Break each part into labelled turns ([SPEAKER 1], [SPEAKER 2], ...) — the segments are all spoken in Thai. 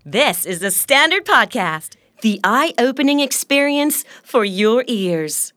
[SPEAKER 1] This is the Standard Podcast, the eye-opening experience for your ears.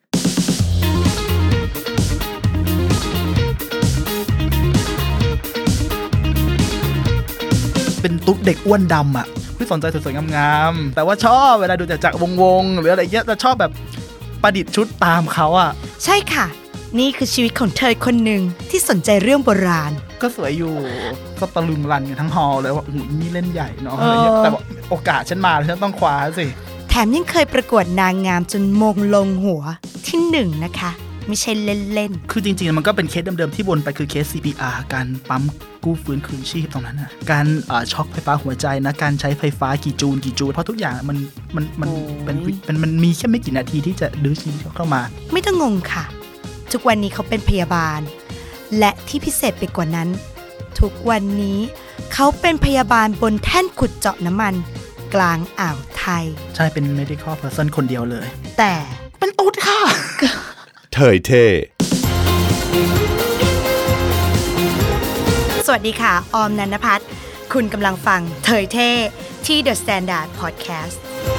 [SPEAKER 2] เป็นตุ๊ดเด็กอ้วนดำอ่ะที่สนใจสวยๆงามๆแต่ว่าชอบเวลาดูจากวงหรืออะไรเงี้ยจะชอบแบบประดิษฐ์ชุดตามเขาอ่ะ
[SPEAKER 3] ใช่ค่ะนี่คือชีวิตของเธอคนหนึ่งที่สนใจเรื่องโบราณ
[SPEAKER 2] ก็สวยอยู่ก็ตะลึงรันกันทั้งฮอลเลยว่าหูนี่เล่นใหญ่เนาะอะไรเงี้ยแต่ว่าโอกาสฉันมาฉันต้องคว้าสิ
[SPEAKER 3] แถมยังเคยประกวดนางงามจนมงลงหัวที่1นะคะไม่ใช่เล่น
[SPEAKER 2] ๆคือจริงๆมันก็เป็นเคสเดิมๆที่วนไปคือเคส CPR การปั๊มกู้ฟื้นคืนชีพตรงนั้นนะการช็อคไฟฟ้าหัวใจนะการใช้ไฟฟ้ากี่จูลเพราะทุกอย่างมันมีแค่ไม่กี่นาทีที่จะดื้อชีวิตเข้ามา
[SPEAKER 3] ไม่ต้องงงค่ะทุกวันนี้เขาเป็นพยาบาลและที่พิเศษไปกว่านั้นทุกวันนี้เขาเป็นพยาบาลบนแท่นขุดเจาะน้ำมันกลางอ่าวไทย
[SPEAKER 2] ใช่เป็น medical person คนเดียวเลย
[SPEAKER 3] แต่
[SPEAKER 2] เป็นตุ๊ดค่ะ
[SPEAKER 4] เถยเท่
[SPEAKER 3] สวัสดีค่ะออมนันทภัทรคุณกำลังฟังเถยเท่ที่ The Standard Podcast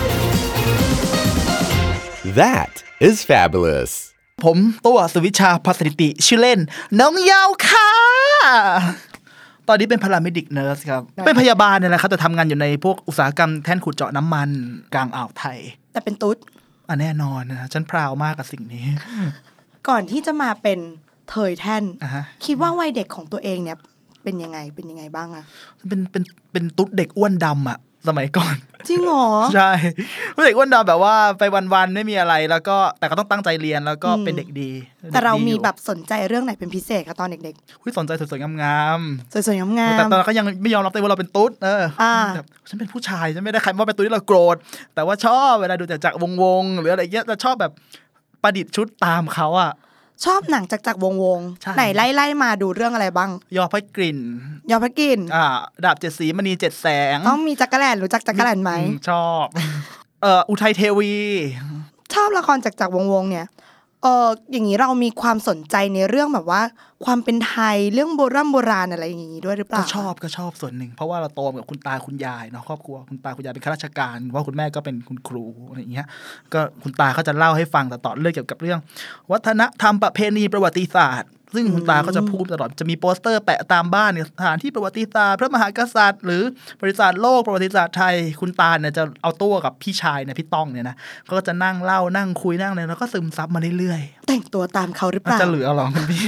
[SPEAKER 4] That is fabulous
[SPEAKER 2] ผมตัวสุวิชาภัสสิติชื่อเล่นน้องยาวค่ะตอนนี้เป็นพาราเมดิกเนิร์สครับเป็นพยาบาลเนี่ยแหละครับแต่ทำงานอยู่ในพวกอุตสาหกรรมแท่นขุดเจาะน้ำมันกลางอ่าวไทย
[SPEAKER 3] แต่เป็นตุ๊ด
[SPEAKER 2] แน่นอนนะฉันพราวมากกับสิ่งนี้
[SPEAKER 3] ก่อนที่จะมาเป็นเถยแท่นคิดว่าวัยเด็กของตัวเองเนี่ยเป็นยังไงบ้างอะ
[SPEAKER 2] เป็นตุ๊ดเด็กอ้วนดำอะสมัยก่อน
[SPEAKER 3] จริงเหรอ
[SPEAKER 2] ใช่เด็กอ้วนดำแบบว่าไปวันๆไม่มีอะไรแล้วก็แต่ก็ต้องตั้งใจเรียนแล้วก็เป็นเด็กดี
[SPEAKER 3] แต่เรามีแบบสนใจเรื่องไหนเป็นพิเศษคะตอนเด็ก
[SPEAKER 2] ๆสนใจสวยๆงาม
[SPEAKER 3] ๆสวยๆงาม
[SPEAKER 2] ๆแต่ตอนนั้นก็ยังไม่ยอมรับตัวว่าเราเป็นตุ๊ดแบบฉันเป็นผู้ชายฉันไม่ได้ใครว่าเป็นตุ๊ดที่เราโกรธแต่ว่าชอบเวลาดูจากวงหรืออะไรเงี้ยจะชอบแบบประดิษฐ์ชุดตามเขาอ่ะ
[SPEAKER 3] ชอบหนังจากวงไหนไล่มาดูเรื่องอะไรบ้าง
[SPEAKER 2] ยอพระกลิ่นดาบ7 สีมณี7 แสง
[SPEAKER 3] ต้องมีจักรแลนรู้จักจักรแลนไหม
[SPEAKER 2] ชอบอุทัยเทวี
[SPEAKER 3] ชอบละครจากวงเนี่ยอย่างนี้เรามีความสนใจในเรื่องแบบว่าความเป็นไทยเรื่องโบราณอะไรอย่างนี้ด้วยหรือเปล่า
[SPEAKER 2] ก็ชอบส่วนหนึ่งเพราะว่าเราโตกับคุณตาคุณยายเนาะครอบครัวคุณตาคุณยายเป็นข้าราชการว่าคุณแม่ก็เป็นคุณครูอะไรอย่างเงี้ยก็คุณตาเขาจะเล่าให้ฟังต่อเรื่องเกี่ยวกับเรื่องวัฒนธรรมประเพณีประวัติศาสตร์ซึ่งคุณตาก็จะพูดตลอดจะมีโปสเตอร์แปะตามบ้านเนี่ยสถานที่ประวัติศาสตร์พระมหากษัตริย์หรือประวัติศาสตร์โลกประวัติศาสตร์ไทยคุณตาเนี่ยจะเอาตัวกับพี่ชายเนี่ยพี่ต้องเนี่ยนะก็จะนั่งเล่านั่งคุยนั่งอะไรแล้วก็ซึมซับมาเรื่อย
[SPEAKER 3] ๆแต่งตัวตามเขาหรือเปล่า
[SPEAKER 2] จะเหลือหรอคุณพี่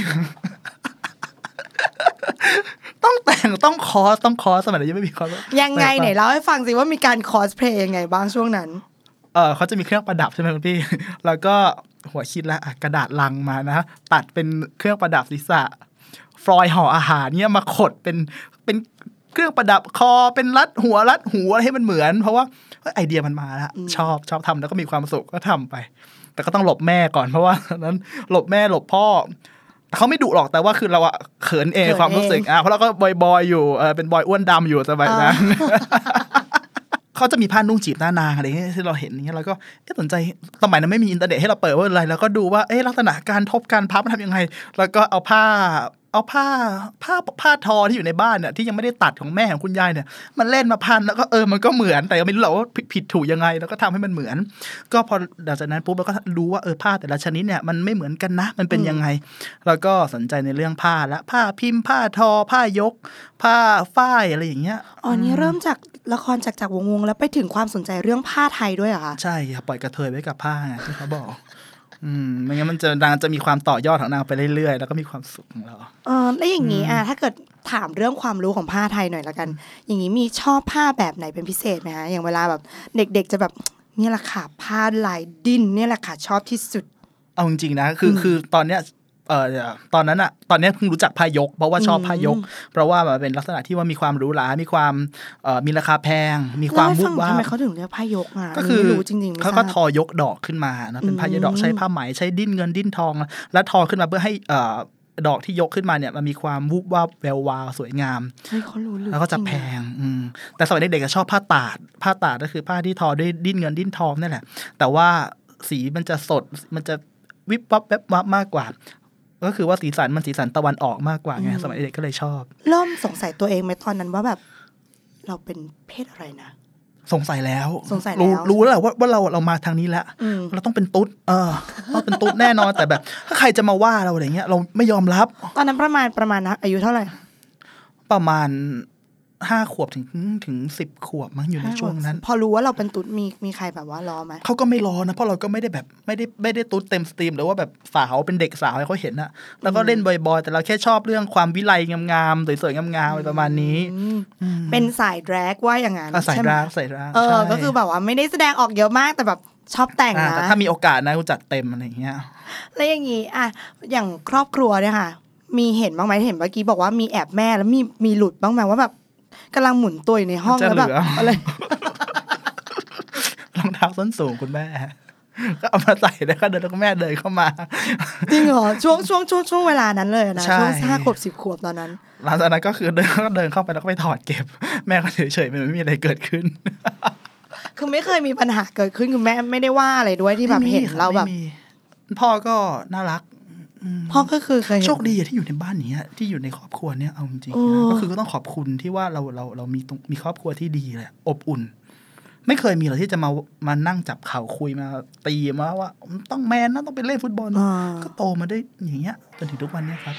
[SPEAKER 2] ต้องแต่งต้องคอสสมัยนี้ยังไม่มีคอส
[SPEAKER 3] ยังไงไหนเล่าให้ฟังสิว่ามีการคอสเพลย์ยังไงบ้างช่วงนั้น
[SPEAKER 2] เขาจะมีเครื่องประดับใช่ไหมคุณพี่แล้วก็หัวคิดแล้วกระดาษลังมานะตัดเป็นเครื่องประดับศีรษะฟลอยห่ออาหารเนี่ยมาขดเป็นเครื่องประดับคอเป็นรัดหัวให้มันเหมือนเพราะว่าไอเดียมันมาแล้วชอบทำแล้วก็มีความสุขก็ทำไปแต่ก็ต้องหลบแม่ก่อนเพราะว่าตอนนั้นหลบแม่หลบพ่อเขาไม่ดุหรอกแต่ว่าคือเราเขินเองความรู้สึกเพราะเราก็บอยอยู่เป็นบอยอ้วนดำอยู่สมัยนั้นเขาจะมีผ้านุ่งจีบหน้านางอะไรที่เราเห็นอย่างเงี้ยเราก็สนใจสมัยนั้นไม่มีอินเทอร์เน็ตให้เราเปิดว่าอะไรแล้วก็ดูว่าลักษณะการทบการพับมันทำยังไงแล้วก็เอาผ้าทอที่อยู่ในบ้านเนี่ยที่ยังไม่ได้ตัดของแม่ของคุณยายเนี่ยมันเล่นมาพันแล้วก็มันก็เหมือนแต่ไม่รู้หรอกว่าผิดถูกยังไงแล้วก็ทำให้มันเหมือนก็พอหลังจากนั้นปุ๊บเราก็รู้ว่าผ้าแต่ละชนิดเนี่ยมันไม่เหมือนกันนะมันเป็นยังไงแล้วก็สนใจในเรื่องผ้าและผ้าพิมพ์ผ้าทอผ้ายกผ้าฝ้ายอะไรอย่างเงี้ย
[SPEAKER 3] นี่เริ่มจากละครจากวงแล้วไปถึงความสนใจเรื่องผ้าไทยด้วยเหรอคะ
[SPEAKER 2] ใช่ปล่อยกระเทยไว้กับผ้าไงที่เขาบอกไม่งั้นมันจะมีความต่อยอดของนางไปเรื่อยๆแล้วก็มีความสุขของเรา
[SPEAKER 3] แล้วอย่างนี้ถ้าเกิดถามเรื่องความรู้ของผ้าไทยหน่อยละกันอย่างนี้มีชอบผ้าแบบไหนเป็นพิเศษไหมคะอย่างเวลาแบบเด็กๆจะแบบนี่แหละค่ะผ้าลายดิ้นนี่แหละค่ะชอบที่สุด
[SPEAKER 2] เอาจริงๆนะคือตอนเนี้ยตอนนั้นอ่ะตอนนี้เพิ่งรู้จักผ้ายกเพราะว่าชอบผ้ายกเพราะว่ามันเป็นลักษณะที่ว่ามีความหรูหรามีความมีราคาแพงมีความวุ่นวาย
[SPEAKER 3] ทำไมเขาถึงเรียกผ้ายก
[SPEAKER 2] ก็คือรู้จริงๆเขาก็ทอยกดอกขึ้นมานะเป็นผ้ายกดอกใช้ผ้าไหมใช้ดิ้นเงินดิ้นทองแล้วทอขึ้นมาเพื่อให้ดอกที่ยกขึ้นมาเนี่ยมันมีความวุบวับแวววาวสวยงามแล้วก็จะแพงแต่สมัยเด็กๆก็ชอบผ้าตาดก็คือผ้าที่ทอด้วยดิ้นเงินดิ้นทองนั่นแหละแต่ว่าสีมันจะสดมันจะวิบวับแวบวับมากกว่าก็คือว่าสีสันตะวันออกมากกว่าไงสมัยเด็กก็เลยชอบ
[SPEAKER 3] เริ่มสงสัยตัวเองไหมตอนนั้นว่าแบบเราเป็นเพศอะไรนะ
[SPEAKER 2] สงสัยแล้ว
[SPEAKER 3] รู้
[SPEAKER 2] แล้วว่าเรามาทางนี้แล้วเราต้องเป็นตุ๊ดเราเป็นตุ๊ดแน่นอนแต่แบบถ้าใครจะมาว่าเราอะไรเงี้ยเราไม่ยอมรับ
[SPEAKER 3] ตอนนั้นประมาณอายุเท่าไหร่
[SPEAKER 2] ประมาณ5 ขวบถึง10 ขวบมั้งอยู่ในช่วงนั้น
[SPEAKER 3] พอรู้ว่าเราเป็นตุ๊ดมีใครแบบว่าล้อไหม
[SPEAKER 2] เขาก็ไม่ล้อนะเพราะเราก็ไม่ได้แบบไม่ได้ตุ๊ดเต็มสตรีมหรือว่าแบบสาวเป็นเด็กสาวให้เขาเห็นนะแล้วก็เล่นบ่อยๆแต่เราแค่ชอบเรื่องความวิไลงามๆสวยๆงามๆอะไรประมาณนี้
[SPEAKER 3] เป็นสายแดรกว่าอย่างนั้น
[SPEAKER 2] ใช่ไหมสายแดรก
[SPEAKER 3] ก็คือแบบว่าไม่ได้แสดงออกเยอะมากแต่แบบชอบแต่งนะ
[SPEAKER 2] แต่ถ้ามีโอกาสนะกูจัดเต็มอะไรอย่างเงี้ย
[SPEAKER 3] แล้วอย่างงี้อย่างครอบครัวเนี่ยค่ะมีเห็นบ้างไหมเห็นเมื่อกี้บอกว่ามีแอบแม่แล้วมีหลุดบ้างไหมว่าแบบกำลังหมุนตัวอยู่ในห้องแล้วแบบอะไร
[SPEAKER 2] รองเท้าส้นสูงคุณแม่ก็เอามาใส่แล้วก็เดินแล้วก็แม่เดินเข้ามา
[SPEAKER 3] จริงเหรอช่วงเวลานั้นเลยนะช่วง5 ขวบ10 ขวบตอนนั้น
[SPEAKER 2] หลังจากนั้นก็คือเดินเข้าไปแล้วก็ไปถอดเก็บแม่ก็เฉยๆไม่มีอะไรเกิดขึ้น
[SPEAKER 3] คือไม่เคยมีปัญหาเกิดขึ้นคือแม่ไม่ได้ว่าอะไรด้วยที่แบบเห็นเราแบบ
[SPEAKER 2] พ่อก็น่ารัก
[SPEAKER 3] พ่อก็คือเคย
[SPEAKER 2] โชคดีที่อยู่ในบ้านนี้ที่อยู่ในครอบครัวเนี้ยเอาจริงๆก็คือก็ต้องขอบคุณที่ว่าเรามีครอบครัวที่ดีแหละอบอุ่นไม่เคยมีหรอกที่จะมานั่งจับเข่าคุยมาตีมาว่าต้องแมนนะต้องไปเล่นฟุตบอลก็โตมาได้อย่างเงี้ยจนถึงทุกวันนี้ครับ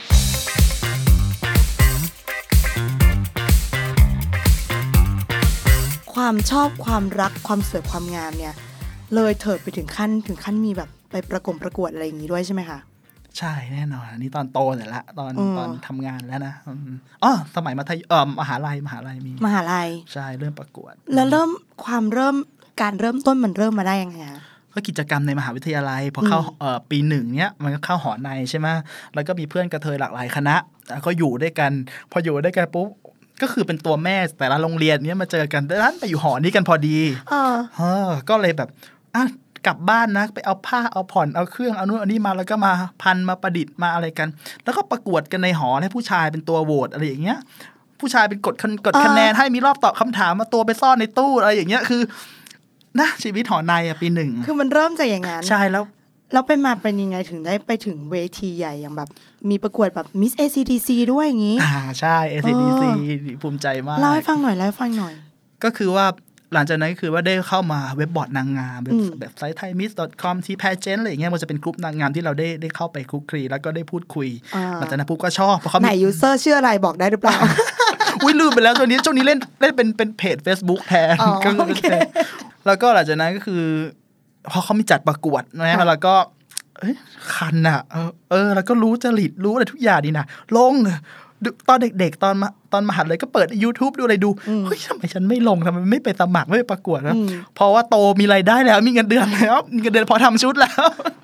[SPEAKER 3] ความชอบความรักความสวยความงามเนี่ยเลยเถิดไปถึงขั้นมีแบบไปประกวดอะไรอย่างงี้ด้วยใช่ไหมคะ
[SPEAKER 2] ใช่แน่นอนอันนี้ตอนโตเสร็จละตอนทำงานแล้วนะสมัยมหาลัยมี
[SPEAKER 3] มหาลัย
[SPEAKER 2] ใช่เริ่มประกวด
[SPEAKER 3] แล้วการเริ่มต้นมันเริ่มมาได้ยังไงคะ
[SPEAKER 2] ก็กิจกรรมในมหาวิทยาลัยพอเข้าปี1เนี้ยมันก็เข้าหอในใช่ไหมแล้วก็มีเพื่อนกระเทยหลากหลายคณะก็อยู่ด้วยกันพออยู่ด้วยกันปุ๊บก็คือเป็นตัวแม่แต่ละโรงเรียนเนี้ยมาเจอกันดันไปอยู่หอนี้กันพอดีก็เลยแบบกลับบ้านนะไปเอาผ้าเอาผ่อนเอาเครื่องเอานู่นเอานี่มาแล้วก็มาพันมาประดิษฐ์มาอะไรกันแล้วก็ประกวดกันในหอให้ผู้ชายเป็นตัวโหวตอะไรอย่างเงี้ยผู้ชายเป็นกดคะแนนให้มีรอบตอบคำถามมาตัวไปซ่อนในตู้อะไรอย่างเงี้ยคือนะชีวิตหอในปี1
[SPEAKER 3] คือมันเริ่มจากอย่างนั้น
[SPEAKER 2] ใช่แล้ว
[SPEAKER 3] เป็นยังไงถึงได้ไปถึงเวทีใหญ่อย่างแบบมีประกวดแบบ Miss ACDC ด้วยอย่างงี้
[SPEAKER 2] ใช่ ACDC ภูมิใจมาก
[SPEAKER 3] เล่าให้ฟังหน่อย
[SPEAKER 2] ก็คือว่าหลังจากนั้นก็คือว่าได้เข้ามาเว็บบอร์ดนางงามแบบไซต์ thaimis.com t-pageant อะไรอย่างเงี้ยมันจะเป็นกลุ่มนางงามที่เราได้เข้าไปคลุกคลีแล้วก็ได้พูดคุยหลังจากนั้นปุ๊บก็ชอบเพราะเขา
[SPEAKER 3] ไหนยูเซอร์ชื่ออะไรบอกได้หรือเปล่า
[SPEAKER 2] อุ้ยลืมไปแล้วช่วงนี้เล่นเป็นเพจ Facebook แทนก็คือแล้วก็หลังจากนั้นก็คือพอเขามีจัดประกวดนะแล้วก็คันอ่ะแล้วก็รู้จริตรู้อะไรทุกอย่างดีนะลงตอนเด็กๆตอนมหาลัยก็เปิด YouTube ดูอะไรดูเฮ้ยทำไมฉันไม่ลงทำไมไม่ไปสมัครไม่ไปประกวดนะเพราะว่าโตมีรายได้แล้วมีเงินเดือนแล้วมีเงินเดือนพอทำชุดแล้ว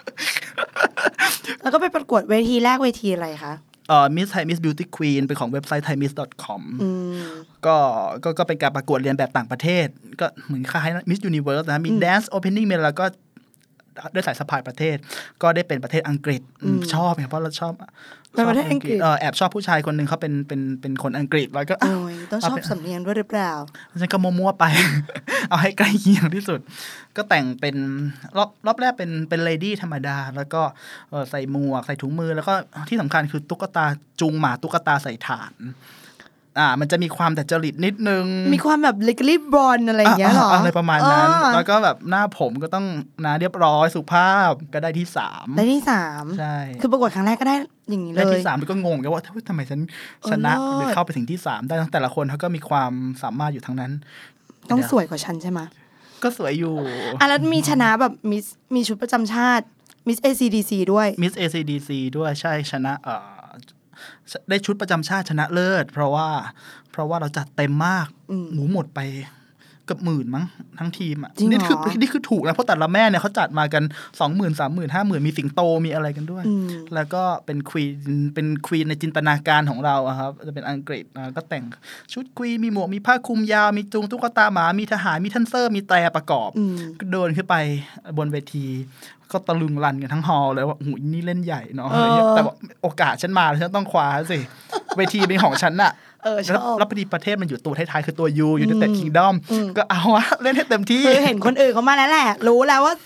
[SPEAKER 3] แล้วก็ไปประกวดเวทีแรกเวทีอะไรคะ
[SPEAKER 2] Miss Thai Miss Beauty Queen เป็นของเว็บไซต์ thaimis.com ก็เป็นการประกวดเรียนแบบต่างประเทศก็เหมือนคล้ายๆ Miss Universe นะมี Dance Opening มีแล้วก็ได้สายสะพายประเทศก็ได้เป็นประเทศอังกฤษชอบเพราะเราชอบ
[SPEAKER 3] ประเทศอังกฤษ
[SPEAKER 2] แอบชอบผู้ชายคนนึงเขาเป็นคนอังกฤษแล้วก็
[SPEAKER 3] ต้องชอบสำเนียงด้วยหรือเปล่า
[SPEAKER 2] ฉันก็มั่วๆไป เอาให้ใกล้เคียงที่สุดก็แต่งเป็นรอบแรกเป็นเลดี้ธรรมดาแล้วก็ใส่หมวกใส่ถุงมือแล้วก็ที่สำคัญคือตุ๊กตาจูงหมาตุ๊กตาใส่ถ่านมันจะมีความแต่จริตนิดนึง
[SPEAKER 3] มีความแบบเล็กลิบบอลอะไรอย่างเงี้ยหรอ
[SPEAKER 2] อะไรประมาณนั้นแล้วก็แบบหน้าผมก็ต้องเรียบร้อยสุภาพก็ได้ที่3
[SPEAKER 3] ได้ที่3
[SPEAKER 2] ใช่
[SPEAKER 3] คือประกวดครั้งแรกก็ได้อย่างนี้เลย
[SPEAKER 2] ได้ที่3ก็งงกันว่าทำไมฉันชนะหรือเข้าไปถึงที่3ได้แต่ละคนเขาก็มีความสามารถอยู่ทั้งนั้น
[SPEAKER 3] ต้องสวยกว่าฉันใช่ไหม
[SPEAKER 2] ก็สวยอยู่
[SPEAKER 3] แล้วมีชนะแบบมีชุดประจำชาติ Miss ACDC ด้วย
[SPEAKER 2] Miss ACDC ด้วยใช่ชนะได้ชุดประจำชาติชนะเลิศเพราะว่าเราจัดเต็มมากหมูหมดไปเกือบ10,000มั้งทั้งทีมนี่คือถูกนะเพราะแต่ละแม่เนี่ยเขาจัดมากัน 20,000 30,000 50,000มีสิงโตมีอะไรกันด้วยแล้วก็เป็นควีนในจินตนาการของเราครับจะเป็นอังกฤษก็แต่งชุดควีนมีหมวกมีผ้าคลุมยาวมีจูงตุ๊กตาหมามีทหารมีทันเซอร์มีแตรประกอบก็เดินขึ้นไปบนเวทีก็ตะลึงรันกันทั้งฮอลเลยว่าโอ้โหนี่เล่นใหญ่เนาะแต่ว่าโอกาสฉันมาฉันต้องคว้าสิเวทีเป็นของฉันน่ะแล้วพอดีประเทศมันอยู่ตัวท้ายๆคือตัวยูอยู่ในแต่ Kingdom ก็เอาวะเล่นให้เต็มที่
[SPEAKER 3] คือเห็นคนอื่นเขามาแล้วแหละรู้แล้วว่า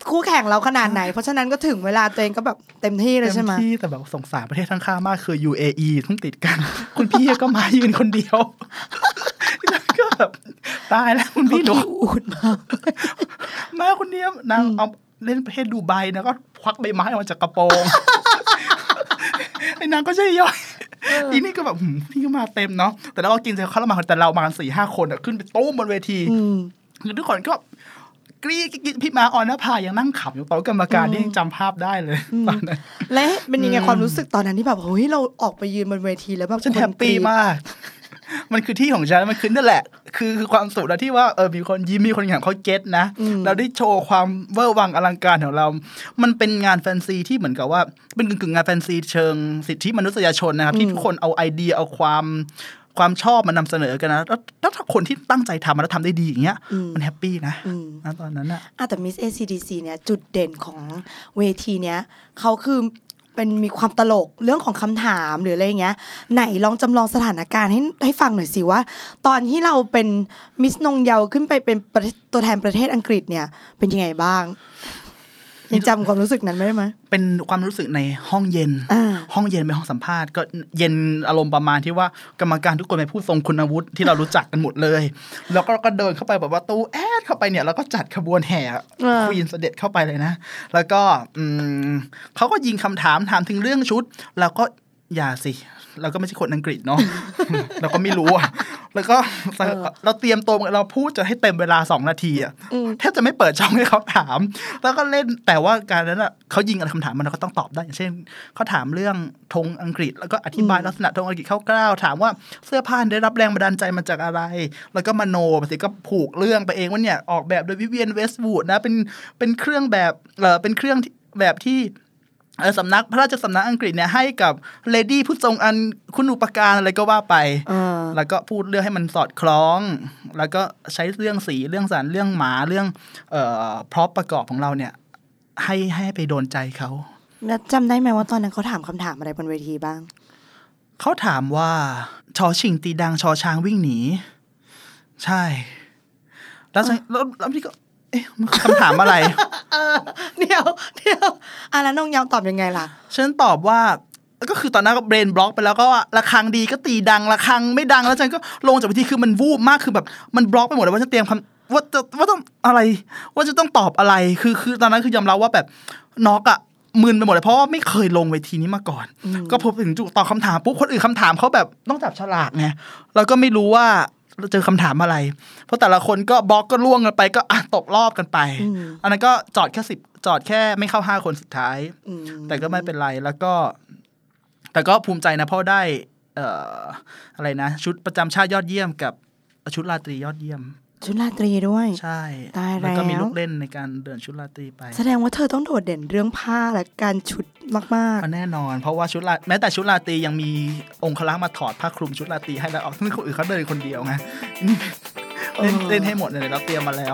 [SPEAKER 3] คู่แข่งเราขนาดไหนเพราะฉะนั้นก็ถึงเวลาตัวเองก็แบบเต็มที่เลยใช่ไหม
[SPEAKER 2] ที่แต่แบบสงสารประเทศข้างๆมากคือ UAE ทุ่งติดกัน คุณพี่ก็มายืนคนเดียวก็แบบตายแล้วคุณพี่หนู
[SPEAKER 3] อูด
[SPEAKER 2] มาคนเดียวนางเอาเล่นประเทศดูไบนะก็ควักใบไม้ออกมาจากกระโปรง ไอ้นางก็ใช่ย่อยอีนี่ก็แบบพี่ก็มาเต็มเนาะแต่เราก็กินเสร็จเขาเรามาแต่เรามากัน 4-5 คนขึ้นไปโต้มบนเวทีคือทุกคนก็กรี๊ดพี่มาออนภายังนั่งขำอยู่โต๊ะกรรมการที่ยังจำภาพได้เลยตอนนั้น
[SPEAKER 3] และเป็นยังไงความรู้สึกตอนนั้นที่แบบเฮ้ยเราออกไปยืนบนเวทีแล้วแบบ
[SPEAKER 2] ฉันแฮปปี้มากมันคือที่ของฉันมันคือนั่นแหละคือความสุขแล้วที่ว่ามีคนยิ้มมีคนอย่างเขาเก็ตนะเราได้โชว์ความเวอร์วังอลังการของเรามันเป็นงานแฟนซีที่เหมือนกับว่าเป็นกึ่งงานแฟนซีเชิงสิทธิมนุษยชนนะครับที่ทุกคนเอาไอเดียเอาความชอบมานำเสนอกันนะแล้วถ้าคนที่ตั้งใจทำแล้วทำได้ดีอย่างเงี้ยมันแฮปปี้นะตอนนั้น
[SPEAKER 3] แต่ Miss ACDC เนี่ยจุดเด่นของเวทีเนี้ยเขาคือเป็นมีความตลกเรื่องของคำถามหรืออะไรเงี้ยไหนลองจำลองสถานการณ์ให้ฟังหน่อยสิว่าตอนที่เราเป็นมิสนงเยาขึ้นไปเป็นตัวแทนประเทศอังกฤษเนี่ยเป็นยังไงบ้างยังจำความรู้สึกนั้นได้ไหม
[SPEAKER 2] เป็นความรู้สึกในห้องเย็นห้องเย็นเป็นห้องสัมภาษณ์ก็เย็นอารมณ์ประมาณที่ว่ากรรมการทุกคนเป็นผู้ทรงคุณวุฒิที่เรารู้จักกันหมดเลยแล้วก็เดินเข้าไปแบบว่าตู้เข้าไปเนี่ยแล้วก็จัดขบวนแห่ควีนเสด็จเข้าไปเลยนะแล้วก็เขาก็ยิงคำถามถึงเรื่องชุดแล้วก็อย่าสิเราก็ไม่ใช่คนอังกฤษเนาะ เราก็ไม่รู้อ่ะแล้วก็เราเตรียมตัวเราพูดจะให้เต็มเวลา2 นาทีอ่ะแทบจะไม่เปิดช่องให้เขาถามแล้วก็เล่นแต่ว่าการนั้นอ่ะเขายิงอะไรคำถามมันเราก็ต้องตอบได้อย่างเช่นเขาถามเรื่องธงอังกฤษแล้วก็อธิบายลักษณะธงอังกฤษคร่าวๆถามว่าเสื้อผ้าได้รับแรงบันดาลใจมาจากอะไรแล้วก็มโนไปสิก็ผูกเรื่องไปเองว่าเนี่ยออกแบบโดยวิเวียนเวสต์วูดนะเป็นเครื่องแบบเป็นเครื่องแบบที่สำนักพระราชสำนักอังกฤษเนี่ยให้กับเลดี้ผู้ทรงอันคุณูปการอะไรก็ว่าไปแล้วก็พูดเรื่องให้มันสอดคล้องแล้วก็ใช้เรื่องสีเรื่องสันเรื่องหมาเรื่องพร็อพประกอบของเราเนี่ยให้ไปโดนใจเขา
[SPEAKER 3] แล้วจำได้ไหมว่าตอนนั้นเขาถามคำถามอะไรบนเวทีบ้าง
[SPEAKER 2] เขาถามว่าชอชิงตีดังชอช้างวิ่งหนีใช่แล้วพี่ก็มันคำถามอะไร
[SPEAKER 3] เดี๋ยวแล้วน้องยาวตอบยังไงล่ะ
[SPEAKER 2] ฉันตอบว่าก็คือตอนนั้นก็เบรนบล็อกไปแล้วก็ระฆังดีก็ตีดังระฆังไม่ดังแล้วฉันก็ลงจากเวทีคือมันวูบมากคือแบบมันบล็อกไปหมดเลยว่าฉันเตรียมคำว่าต้องอะไรว่าจะต้องตอบอะไรคือตอนนั้นคือยอมรับว่าแบบน็อกอะมึนไปหมดเลยเพราะว่าไม่เคยลงเวทีนี้มาก่อนก็พอถึงจุดตอบคำถามปุ๊บคนอื่นคำถามเขาแบบต้องจับฉลากไงเราก็ไม่รู้ว่าเราเจอคำถามอะไรเพราะแต่ละคนก็บล็อกก็ล่วงกันไปก็ตกรอบกันไปอันนั้นก็จอดแค่ไม่เข้า5 คนสุดท้ายแต่ก็ไม่เป็นไรแล้วก็แต่ก็ภูมิใจนะเพราะได้อะไรนะชุดประจำชาติยอดเยี่ยมกับชุดราตรียอดเยี่ยม
[SPEAKER 3] ชุดราตรีด้วย
[SPEAKER 2] ใช่แล้วก็มีลูกเล่นในการเดินชุดราตรีไป
[SPEAKER 3] แสดงว่าเธอต้องโดดเด่นเรื่องผ้าและการชุดมาก
[SPEAKER 2] ๆแน่นอนเพราะว่าแม้แต่ชุดราตรียังมีองครักษ์มาถอดผ้าคลุมชุดราตรีให้แล้วซึ่งคนอื่นเขาเดินคนเดียวไงเล่นให้หมดเลยเราเตรียมมาแล้ว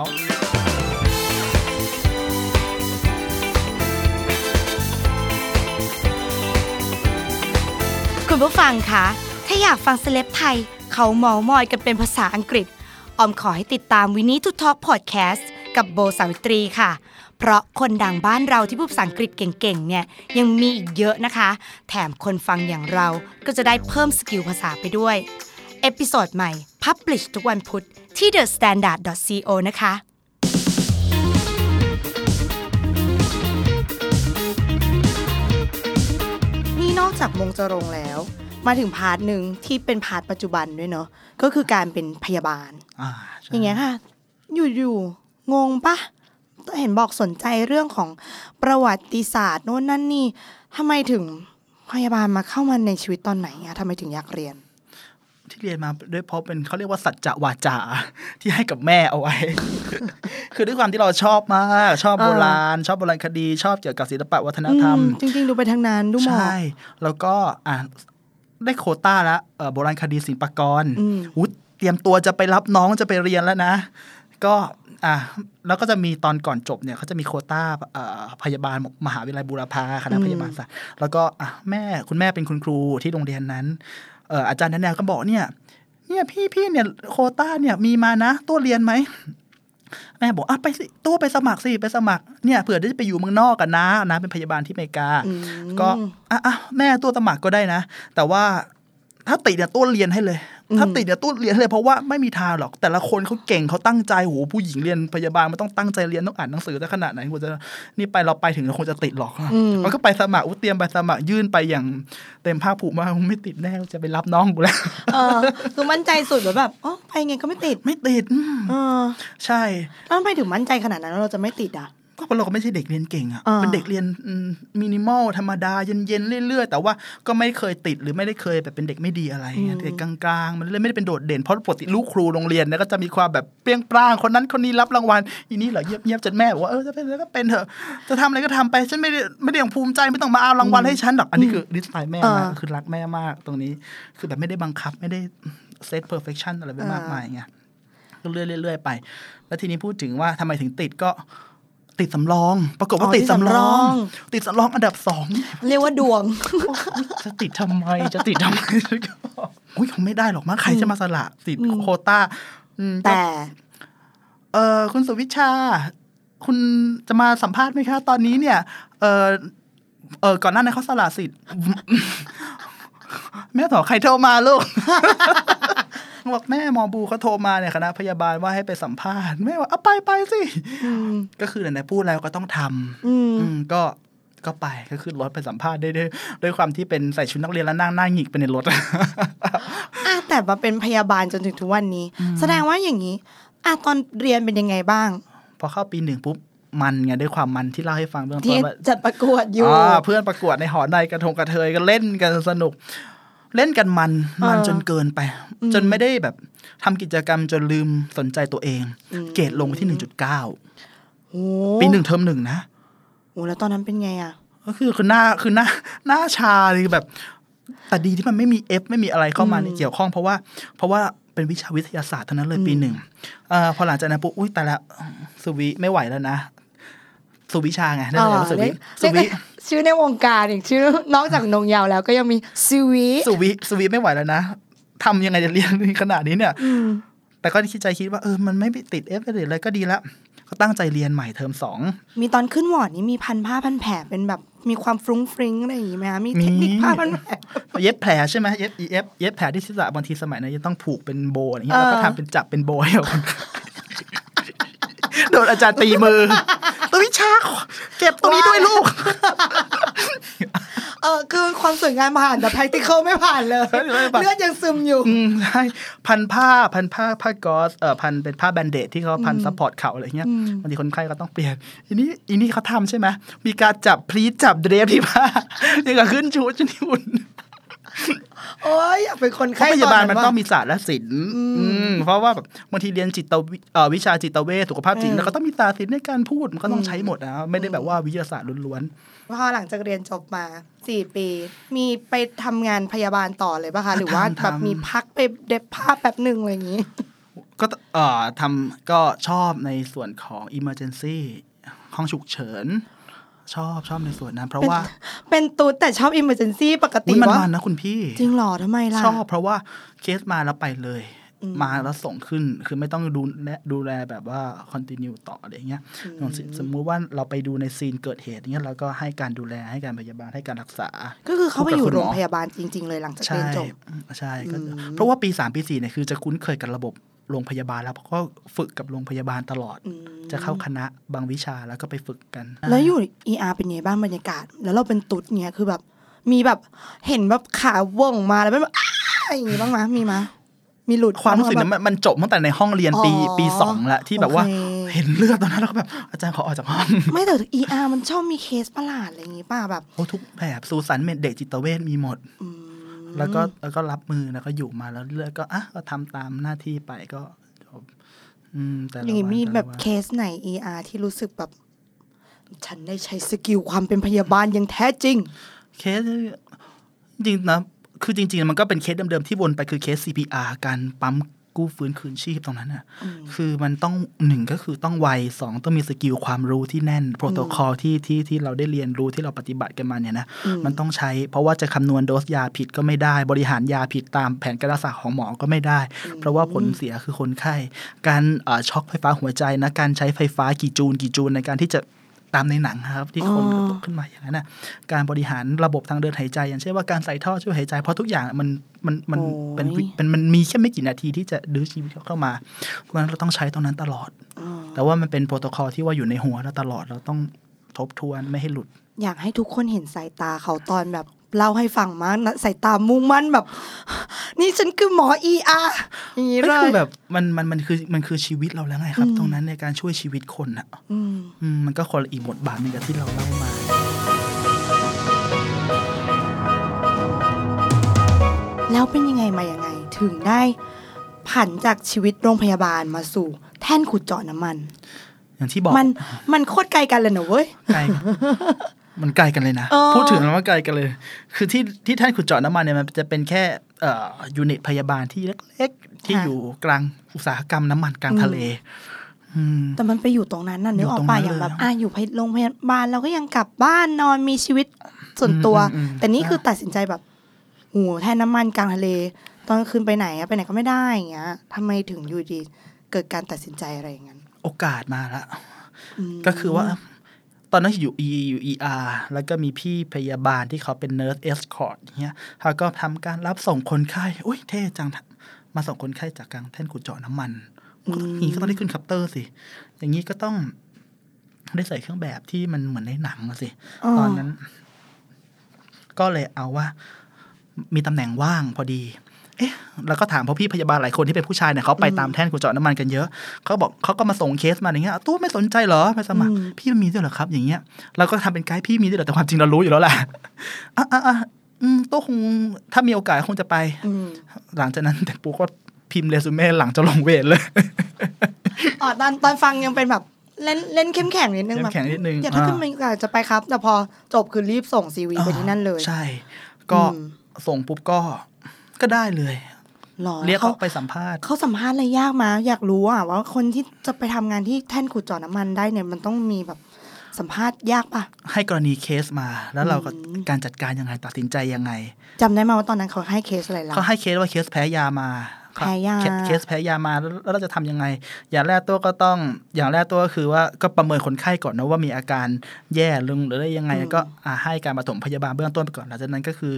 [SPEAKER 3] คุณผู้ฟังคะถ้าอยากฟังเซเลบไทยเขาเมามอยกันเป็นภาษาอังกฤษออมขอให้ติดตามวินนี่ทูทอล์กพอดแคสต์กับโบสาวิตรีค่ะเพราะคนดังบ้านเราที่พูดภาษาอังกฤษเก่งๆเนี่ยยังมีอีกเยอะนะคะแถมคนฟังอย่างเราก็จะได้เพิ่มสกิลภาษาไปด้วยเอพิโซดใหม่พับลิชทุกวันพุธที่ thestandard.co นะคะนี่นอกจากมงจรงแล้วมาถึงพาร์ทหนึ่งที่เป็นพาร์ทปัจจุบันด้วยเนาะก็คือการเป็นพยาบาลอย่างเงี้ยค่ะอยู่งงปะเห็นบอกสนใจเรื่องของประวัติศาสตร์โน่นนั่นนี่ทำไมถึงพยาบาลมาเข้ามาในชีวิตตอนไหนอะทำไมถึงอยากเรียน
[SPEAKER 2] ที่เรียนมาด้วยเพราะเป็นเขาเรียกว่าสัจจะวาจาที่ให้กับแม่เอาไว้ คือด้วยความที่เราชอบมากชอบโบราณชอบโบราณคดีชอบเกี่ยวกับศิลปะวัฒนธรรม
[SPEAKER 3] จริงๆดูไปทางนั้นดูหมด
[SPEAKER 2] ใช่แล้วก็ได้โควต้าแล้วโบราณคดีศิลปากรเตรียมตัวจะไปรับน้องจะไปเรียนแล้วนะก็แล้วก็จะมีตอนก่อนจบเนี่ยเขาจะมีโควต้าพยาบาลมหาวิทยาลัยบูรพาคณะพยาบาลศาสตร์แล้วก็คุณแม่เป็นคุณครูที่โรงเรียนนั้นอาจารย์แนวก็บอกเนี่ยพี่เนี่ยโควต้าเนี่ยมีมานะตัวเรียนไหมแม่บอกไปสิตู้ไปสมัครสิไปสมัครเนี่ยเผื่อได้ไปอยู่เมืองนอกกันนะเป็นพยาบาลที่อเมริกาก็แม่ตู้สมัครก็ได้นะแต่ว่าถ้าติดเนี่ยตู้เรียนให้เลยถ้าติดเนี่ยตู้เรียนให้เลยเพราะว่าไม่มีทางหรอกแต่ละคนเขาเก่งเขาตั้งใจโหผู้หญิงเรียนพยาบาลมันต้องตั้งใจเรียนต้องอ่านหนังสือได้ขนาดไหนกว่าจะนี่ไปเราไปถึงเราคงจะติดหรอกมันก็ไปสมัครเตรียมไปสมัครยื่นไปอย่างเต็มภาคภูมิว่าไม่ติดแน่จะไปรับน้องกูแล้ว
[SPEAKER 3] คือมั่นใจสุดแบบไปไงก็ไม่ติด
[SPEAKER 2] ใช่
[SPEAKER 3] แล้วทำไมถึงมั่นใจขนาดนั้นเราจะไม่ติดอ่ะ
[SPEAKER 2] ก็เพราะเราก็ไม่ใช่เด็กเรียนเก่งอ่ะเป็นเด็กเรียนมินิมอลธรรมดาเย็นๆเรื่อยๆแต่ว่าก็ไม่เคยติดหรือไม่ได้เคยแบบเป็นเด็กไม่ดีอะไรเด็กกลางๆมันเลยไม่ได้เป็นโดดเด่นเพราะปกติลูกครูโรงเรียนเนี่ยก็จะมีความแบบเปรี้ยงปร้างคนนั้นคนนี้รับรางวัลอีนี่เหรอเงียบๆจนแม่บอกว่าจะเป็นอะไรก็เป็นเถอะจะทำอะไรก็ทำไปฉันไม่ได้อย่างภูมิใจไม่ต้องมาเอารางวัลให้ฉันหรอกอันนี้คือนิสัยแม่มากคือรักแม่มากตรงนี้คือแบบไม่ได้บังคับไม่ได้เซตเพอร์เฟคชั่นอะไรไปมากมายไงก็เรื่อยๆไปแล้วทีนี้พูดถึงว่าทำไมถึงติดก็ติดสำรองปรากฏว่าติดสำรองอันดับ2
[SPEAKER 3] เรียกว่าดวง
[SPEAKER 2] จะติดทำไมคงไม่ได้หรอกมั้งใครจะมาสละติดโควต้า
[SPEAKER 3] แต่
[SPEAKER 2] คุณสุวิชาคุณจะมาสัมภาษณ์ไหมคะตอนนี้เนี่ยก่อนหน้านั้นเขาสละสิทธิ์แม่ถอใครโทรมาลูกบอกแม่หมอบูเขาโทรมาเนี่ยคณะพยาบาลว่าให้ไปสัมภาษณ์แม่ว่าไปสิก็คือไหนๆพูดแล้วก็ต้องทำก็ไปก็ขึ้นรถไปสัมภาษณ์ด้วยความที่เป็นใส่ชุดนักเรียนแล้วนั่งหน้าหงิกไปในรถ
[SPEAKER 3] แต่มาเป็นพยาบาลจนถึงทุกวันนี้แสดงว่าอย่างนี้ตอนเรียนเป็นยังไงบ้าง
[SPEAKER 2] พอเข้าปี 1ปุ๊บมันไงด้วยความมันที่เล่าให้ฟังเบื้องต้นว่า
[SPEAKER 3] จัดประกวดอยู่
[SPEAKER 2] เพื่อนประกวดในหอในกระเทยก็เล่นกันสนุกเล่นกันมันจนเกินไปจนไม่ได้แบบทำกิจกรรมจนลืมสนใจตัวเองเกรดลงที่ 1.9 ปี 1 เทอม 1นะ
[SPEAKER 3] แล้วตอนนั้นเป็นไงอ่ะ
[SPEAKER 2] ก็คือหน้าชาเลยแบบแต่ดีที่มันไม่มี F ไม่มีอะไรเข้ามาในเกี่ยวข้องเพราะว่าเป็นวิชาวิทยาศาสตร์เท่านั้นเลยปี 1พอหลังจากนั้นปุ๊บแต่ละสุวิไม่ไหวแล้วนะสุวิชาไงนั่นแหละสุวิ
[SPEAKER 3] ชื่อในวงการอีกชื่อนอกจากนงยาวแล้วก็ยังมีสุ
[SPEAKER 2] วิไม่ไหวแล้วนะทำยังไงจะเรียนขนาดนี้เนี่ยแต่ก็คิดว่ามันไม่ติด F อะไรก็ดีแล้วก็ตั้งใจเรียนใหม่เทอม2
[SPEAKER 3] มีตอนขึ้นวอร์ดนี้มีพันผ้าพันแผลเป็นแบบมีความฟรุ้งฟริ้งอะไรอย่างงี้มั้ยมีเทคนิคผ้าพันแผล
[SPEAKER 2] เย็บแผลใช่มั้ยเย็บแผลที่ศีรษะบางทีสมัยนั้นจะต้องผูกเป็นโบอะไรเงี้ยแล้วก็ทำเป็นจับเป็นโบให้คนโดนอาจารย์ตีมือตัววิชาเก็บตรงนี้ด้วยลูก
[SPEAKER 3] คือความสวยงามผ่านแต่ practical ไม่ผ่านเลยเลือดยังซึมอยู่
[SPEAKER 2] ใช่พันผ้าก๊อซพันเป็นผ้าแบนเดดที่เขาพันซัพพอร์ตเข่าอะไรเงี้ยบางทีคนไข้ก็ต้องเปลี่ยนอีนี่เขาทำใช่ไหมมีการจับพลีทจับเดรฟที่ผ้านี่ก็ขึ้นชุดนี่อุ่น
[SPEAKER 3] โอ้ยอยากเป็นคนไข้
[SPEAKER 2] พยาบาลมันต้องมีศาสตร์และศิลป์เพราะว่าแบบบางทีเรียนวิชาจิตเวชสุขภาพจิตแล้วก็ต้องมีศาสตร์ศิลป์ในการพูดมันก็ต้องใช้หมดนะไม่ได้แบบว่าวิทยาศาสตร์ล้วน
[SPEAKER 3] ๆพอหลังจากเรียนจบมา4ปีมีไปทำงานพยาบาลต่อเลยป่ะคะหรือว่าแบบมีพักไปเด็บผ้าแป๊บนึงอะไรอย่างงี้
[SPEAKER 2] ก็ทำก็ชอบในส่วนของ emergency ห้องฉุกเฉินชอบในส่วนนั้นเพราะว่า
[SPEAKER 3] เป็นตุ๊ดแต่ชอบ emergency ปกติ
[SPEAKER 2] ว่ามันนะคุณพี่
[SPEAKER 3] จริงหรอทำไมล่ะ
[SPEAKER 2] ชอบเพราะว่าเคสมาแล้วไปเลยมาแล้วส่งขึ้นคือไม่ต้องดูแลแบบว่า continue ต่ออะไรอย่างเงี้ยสมมุติว่าเราไปดูในซีนเกิดเหตุอย่างเงี้ยเราก็ให้การดูแลให้การพยาบาลให้การรักษา
[SPEAKER 3] ก็คือเขาไปอยู่โรงพยาบาลจริงๆเลยหลังจากเรียนจบ
[SPEAKER 2] ใช่ก็เพราะว่าปี3ปี4เนี่ยคือจะคุ้นเคยกับระบบโรงพยาบาลแล้วเพราะก็ฝึกกับโรงพยาบาลตลอดจะเข้าคณะบางวิชาแล้วก็ไปฝึกกัน
[SPEAKER 3] แล้วอยู่ ER เป็นไงบ้างบรรยากาศแล้วเราเป็นตุ๊ดเงี้ยคือแบบมีแบบเห็นแบบขาว่องมาแล้วแบบอย่างงี้บ้างมั้ยมีมั้ยมีหลุด
[SPEAKER 2] ความรู้สึกนั้นมันจบตั้งแต่ในห้องเรียนปี2แล้วที่แบบว่าเห็นเลือดตอนนั้นแล้วก็แบบอาจารย์ขอออกจากห้อง
[SPEAKER 3] ไม่แต่ ER มันชอบมีเคสประหลาดอะไรอย่างงี้ป่ะแบบ
[SPEAKER 2] ทุกแบบซูซันเมดเด็กจิตเวชมีหมดแล้วก็รับมือแล้วก็อยู่มาแล้วเลือดก็ก็ทำตามหน้าที่ไปก็
[SPEAKER 3] แต่อย่างนี้มีแบบเคสไหน ER ที่รู้สึกแบบฉันได้ใช้สกิลความเป็นพยาบาลอย่างแท้จริง
[SPEAKER 2] เคสจริงนะคือจริงๆมันก็เป็นเคสเดิมๆที่วนไปคือเคส CPR การปั๊มกู้ฟื้นคืนชีพตรงนั้นน่ะคือมันต้อง1ก็คือต้องไว2ต้องมีสกิลความรู้ที่แน่นโปรโตคอลที่เราได้เรียนรู้ที่เราปฏิบัติกันมาเนี่ยนะมันต้องใช้เพราะว่าจะคำนวณโดสยาผิดก็ไม่ได้บริหารยาผิดตามแผนการรักษาของหมอก็ไม่ได้เพราะว่าผลเสียคือคนไข้การช็อคไฟฟ้าหัวใจนะการใช้ไฟฟ้ากี่จูลในการที่จะตามในหนังครับที่คนตกขึ้นมาอย่างนั้นนะการบริหารระบบทางเดินหายใจอย่างเช่นว่าการใส่ท่อช่วยหายใจเพราะทุกอย่างมันมีแค่ไม่กี่นาทีที่จะดื้อชีวิตเข้ามาเพราะฉะนั้นเราต้องใช้ตรงนั้นตลอดแต่ว่ามันเป็นโปรโตคอลที่ว่าอยู่ในหัวเราตลอดเราต้องทบทวนไม่ให้หลุด
[SPEAKER 3] อยากให้ทุกคนเห็นสายตาเขาตอนแบบเล่าให้ฟังมากนะสายตามุ่งมั่นแบบนี่ฉันคือหมอ ER อย่างนี้เลย
[SPEAKER 2] คือแบบมันคือชีวิตเราแล้วไงครับตรงนั้นในการช่วยชีวิตคนอ่ะมันก็คนละอีกบทบาทนึงกับที่เราเล่ามา
[SPEAKER 3] แล้วเป็นยังไงมายังไงถึงได้ผันจากชีวิตโรงพยาบาลมาสู่แท่นขุดเจาะน้ำมัน
[SPEAKER 2] อย่างที่บอก
[SPEAKER 3] มันโคตรไกลกันเลยนะเว้ย
[SPEAKER 2] ไกลมันไกลกันเลยนะพูดถึงแล้วว่าไกลกันเลยคือที่แท่นขุดเจาะน้ำมันเนี่ยมันจะเป็นแค่ยูนิตพยาบาลที่เล็กๆที่อยู่กลางอุตสาหกรรมน้ำมันกลางทะเล
[SPEAKER 3] แต่มันไปอยู่ตรงนั้นน่ะนึกออกป่ะอย่างแบบอยู่โรงพยาบาลเราก็ยังกลับบ้านนอนมีชีวิตส่วนตัวแต่นี่คือตัดสินใจแบบโอ้แท่นน้ำมันกลางทะเลตอนคืนไปไหนก็ไม่ได้อย่างเงี้ยทำไมถึงอยู่ดีเกิดการตัดสินใจอะไรอย่างนั้น
[SPEAKER 2] โอกาสมาละก็คือว่าตอนนั้นอยู่ ER แล้วก็มีพี่พยาบาลที่เขาเป็นเนิร์สเอสคอร์ตเงี้ยเขาก็ทำการรับส่งคนไข้อุ้ยเท่จังมาส่งคนไข้จากกลางแท่นขุดเจาะน้ำมันอย่างนี้ก็ต้องได้ขึ้นคัปเตอร์สิอย่างนี้ก็ต้องได้ใส่เครื่องแบบที่มันเหมือนในหนังสิตอนนั้นก็เลยเอาว่ามีตำแหน่งว่างพอดีแล้วก็ถามเพราะพี่พยาบาลหลายคนที่เป็นผู้ชายเนี่ยเขาไปตามแท่นขุดเจาะน้ำมันกันเยอะเขาบอกเขาก็มาส่งเคสมาอย่างเงี้ยตู้ไม่สนใจเหรอไปสมัครพี่มีด้วยเหรอครับอย่างเงี้ยเราก็ทำเป็นไกด์พี่มีด้วยเหรอแต่ความจริงเรารู้อยู่แล้วแหละตู้คงถ้ามีโอกาสคงจะไปหลังจากนั้นแต่ปูก็พิมพ์เรซูเม่หลังจะลงเวรเลย
[SPEAKER 3] ตอนฟังยังเป็นแบบเล่นเข้มแข็งนิดนึงแบบอย่าถ้าขึ้นมาจะไปครับแต่พอจบคือรีบส่ง CV ไปที่นั่นเลย
[SPEAKER 2] ใช่ก็ส่งปุ๊บก็ได้เลยเรียกเขาไปสัมภาษณ์
[SPEAKER 3] เขาสัมภาษณ์อะไรยากมาอยากรู้ว่าคนที่จะไปทำงานที่แท่นขุดเจาะน้ำมันได้เนี่ยมันต้องมีแบบสัมภาษณ์ยากป่ะ
[SPEAKER 2] ให้กรณีเคสมาแล้วเราก็การจัดการยังไงตัดสินใจยังไง
[SPEAKER 3] จำได้ไหมว่าตอนนั้นเขาให้เคสอะไรล่ะ
[SPEAKER 2] เขาให้เคสว่าเคสแพ้ยามาเคสแพ้ยามาแล้วเราจะทำยังไงอย่างแรกตัวก็คือว่าก็ประเมินคนไข้ก่อนนะว่ามีอาการแย่ลงหรืออะไรยังไงก็ให้การปฐมพยาบาลเบื้องต้นไปก่อนหลังจากนั้นก็คือ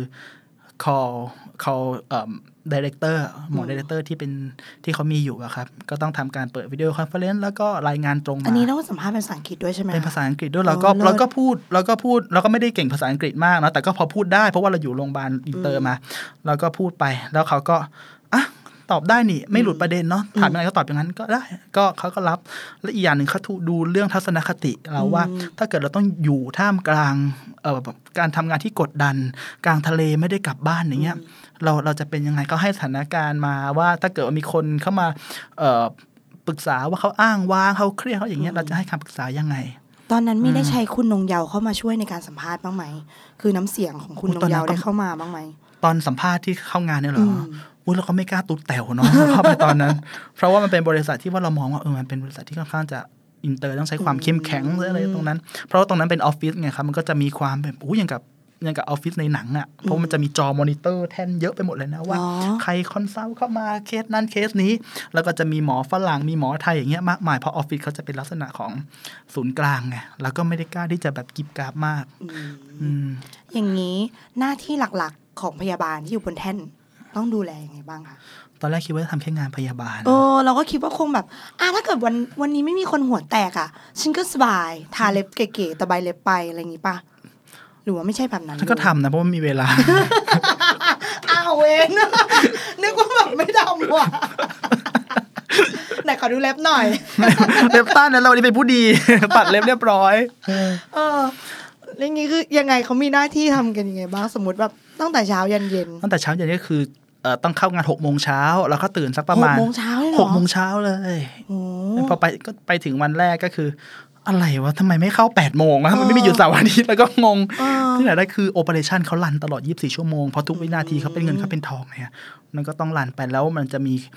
[SPEAKER 2] call director หมอ director ที่เขามีอยู่ครับก็ต้องทำการเปิดวิดีโอคอนเฟอเรนซ์แล้วก็รายงานตรงมา
[SPEAKER 3] อันนี้ต้องสัมภาษณ์เป็นภาษาอังกฤษด้วยใช่ไหม
[SPEAKER 2] เป็นภาษาอังกฤษด้วยเราก็พูดเราก็ไม่ได้เก่งภาษาอังกฤษมากนะแต่ก็พอพูดได้เพราะว่าเราอยู่โรงพยาบาลอินเตอร์มาเราก็พูดไปแล้วเขาก็ตอบได้นี่ไม่หลุดประเด็นเนาะถามยังไงก็ตอบอย่างนั้นก็ได้ก็เขาก็รับและอีกอย่างหนึ่งเขาดูเรื่องทัศนคติเราว่าถ้าเกิดเราต้องอยู่ท่ามกลางการทำงานที่กดดันกลางทะเลไม่ได้กลับบ้านอย่างเงี้ยเราจะเป็นยังไงเขาให้สถานการณ์มาว่าถ้าเกิดว่ามีคนเข้ามาปรึกษาว่าเขาอ้างว้างเขาเครียดเขาอย่างเงี้ยเราจะให้คำปรึกษายังไง
[SPEAKER 3] ตอนนั้นมีได้ใช้คุณนงเยาว์เข้ามาช่วยในการสัมภาษณ์บ้างไหมคือน้ำเสียงของคุณนงเยาว์ได้เข้ามาบ้างไหม
[SPEAKER 2] ตอนสัมภาษณ์ที่เข้างานเนี่ยเหรอเราก็ไม่กล้าตุ๊ดแต๋วเนาะเข้าไปตอนนั้นเพราะว่ามันเป็นบริษัทที่ว่าเรามองว่ามันเป็นบริษัทที่ค่อนข้างจะอินเตอร์ต้องใช้ความเข้มแข็งอะไรตรงนั้นเพราะว่าตรงนั้นเป็นออฟฟิศไงครับมันก็จะมีความแบบอย่างกับออฟฟิศในหนังอ่ะเพราะมันจะมีจอมอนิเตอร์แท่นเยอะไปหมดเลยนะว่าใครคอนซัลท์เข้ามาเคสนั้นเคสนี้แล้วก็จะมีหมอฝรั่งมีหมอไทยอย่างเงี้ยมากมายเพราะออฟฟิศเขาจะเป็นลักษณะของศูนย์กลางไงแล้วก็ไม่ได้กล้าที่จะแบบกิบกราบมาก
[SPEAKER 3] อย่างนี้หน้าที่หลักๆของพยาบาลที่อยู่บนแท่นต้องดูแลยังไงบ้างคะ
[SPEAKER 2] ตอนแรกคิดว่าจะทำแค่งานพยาบาล
[SPEAKER 3] เราก็คิดว่าคงแบบถ้าเกิดวันนี้ไม่มีคนหัวแตกฉันก็สบายทาเล็บเก๋ๆตะไบเล็บไปอะไรอย่างงี้ป่ะหรือว่าไม่ใช่แบบนั้น
[SPEAKER 2] ฉันก็ทำนะเพราะว่ามีเวลา
[SPEAKER 3] เว้นนึกว่าแบบไม่ทำว่ะไหนขอดูเล็บหน่อย
[SPEAKER 2] เล็บต้านนะเรานี่เป็นผู้ดีตัดเล็บเรียบร้อย
[SPEAKER 3] เรื่องนี้คือยังไงเขามีหน้าที่ทำกันยังไงบ้างสมมติแบบตั้งแต่เช้ายันเย็น
[SPEAKER 2] ตั้งแต่เช้ายันก็คือต้องเข้างาน 6:00 นแล้วก็ตื่นสักประมาณ
[SPEAKER 3] 6:00 นเลยเหรอ
[SPEAKER 2] 6:00 นเลยพอไปถึงวันแรกก็คืออะไรวะทำไมไม่เข้า 8:00 นวะมันไม่มีหยุดเสาร์อาทิตย์แล้วก็งงที่ไหนได้คือโอเปอเรชั่นเขารันตลอด24 ชั่วโมงเพราะทุกวินาทีเขาเป็นเงินเขาเป็นทองเนี่ยมันก็ต้องรันไปแล้วมันจะมี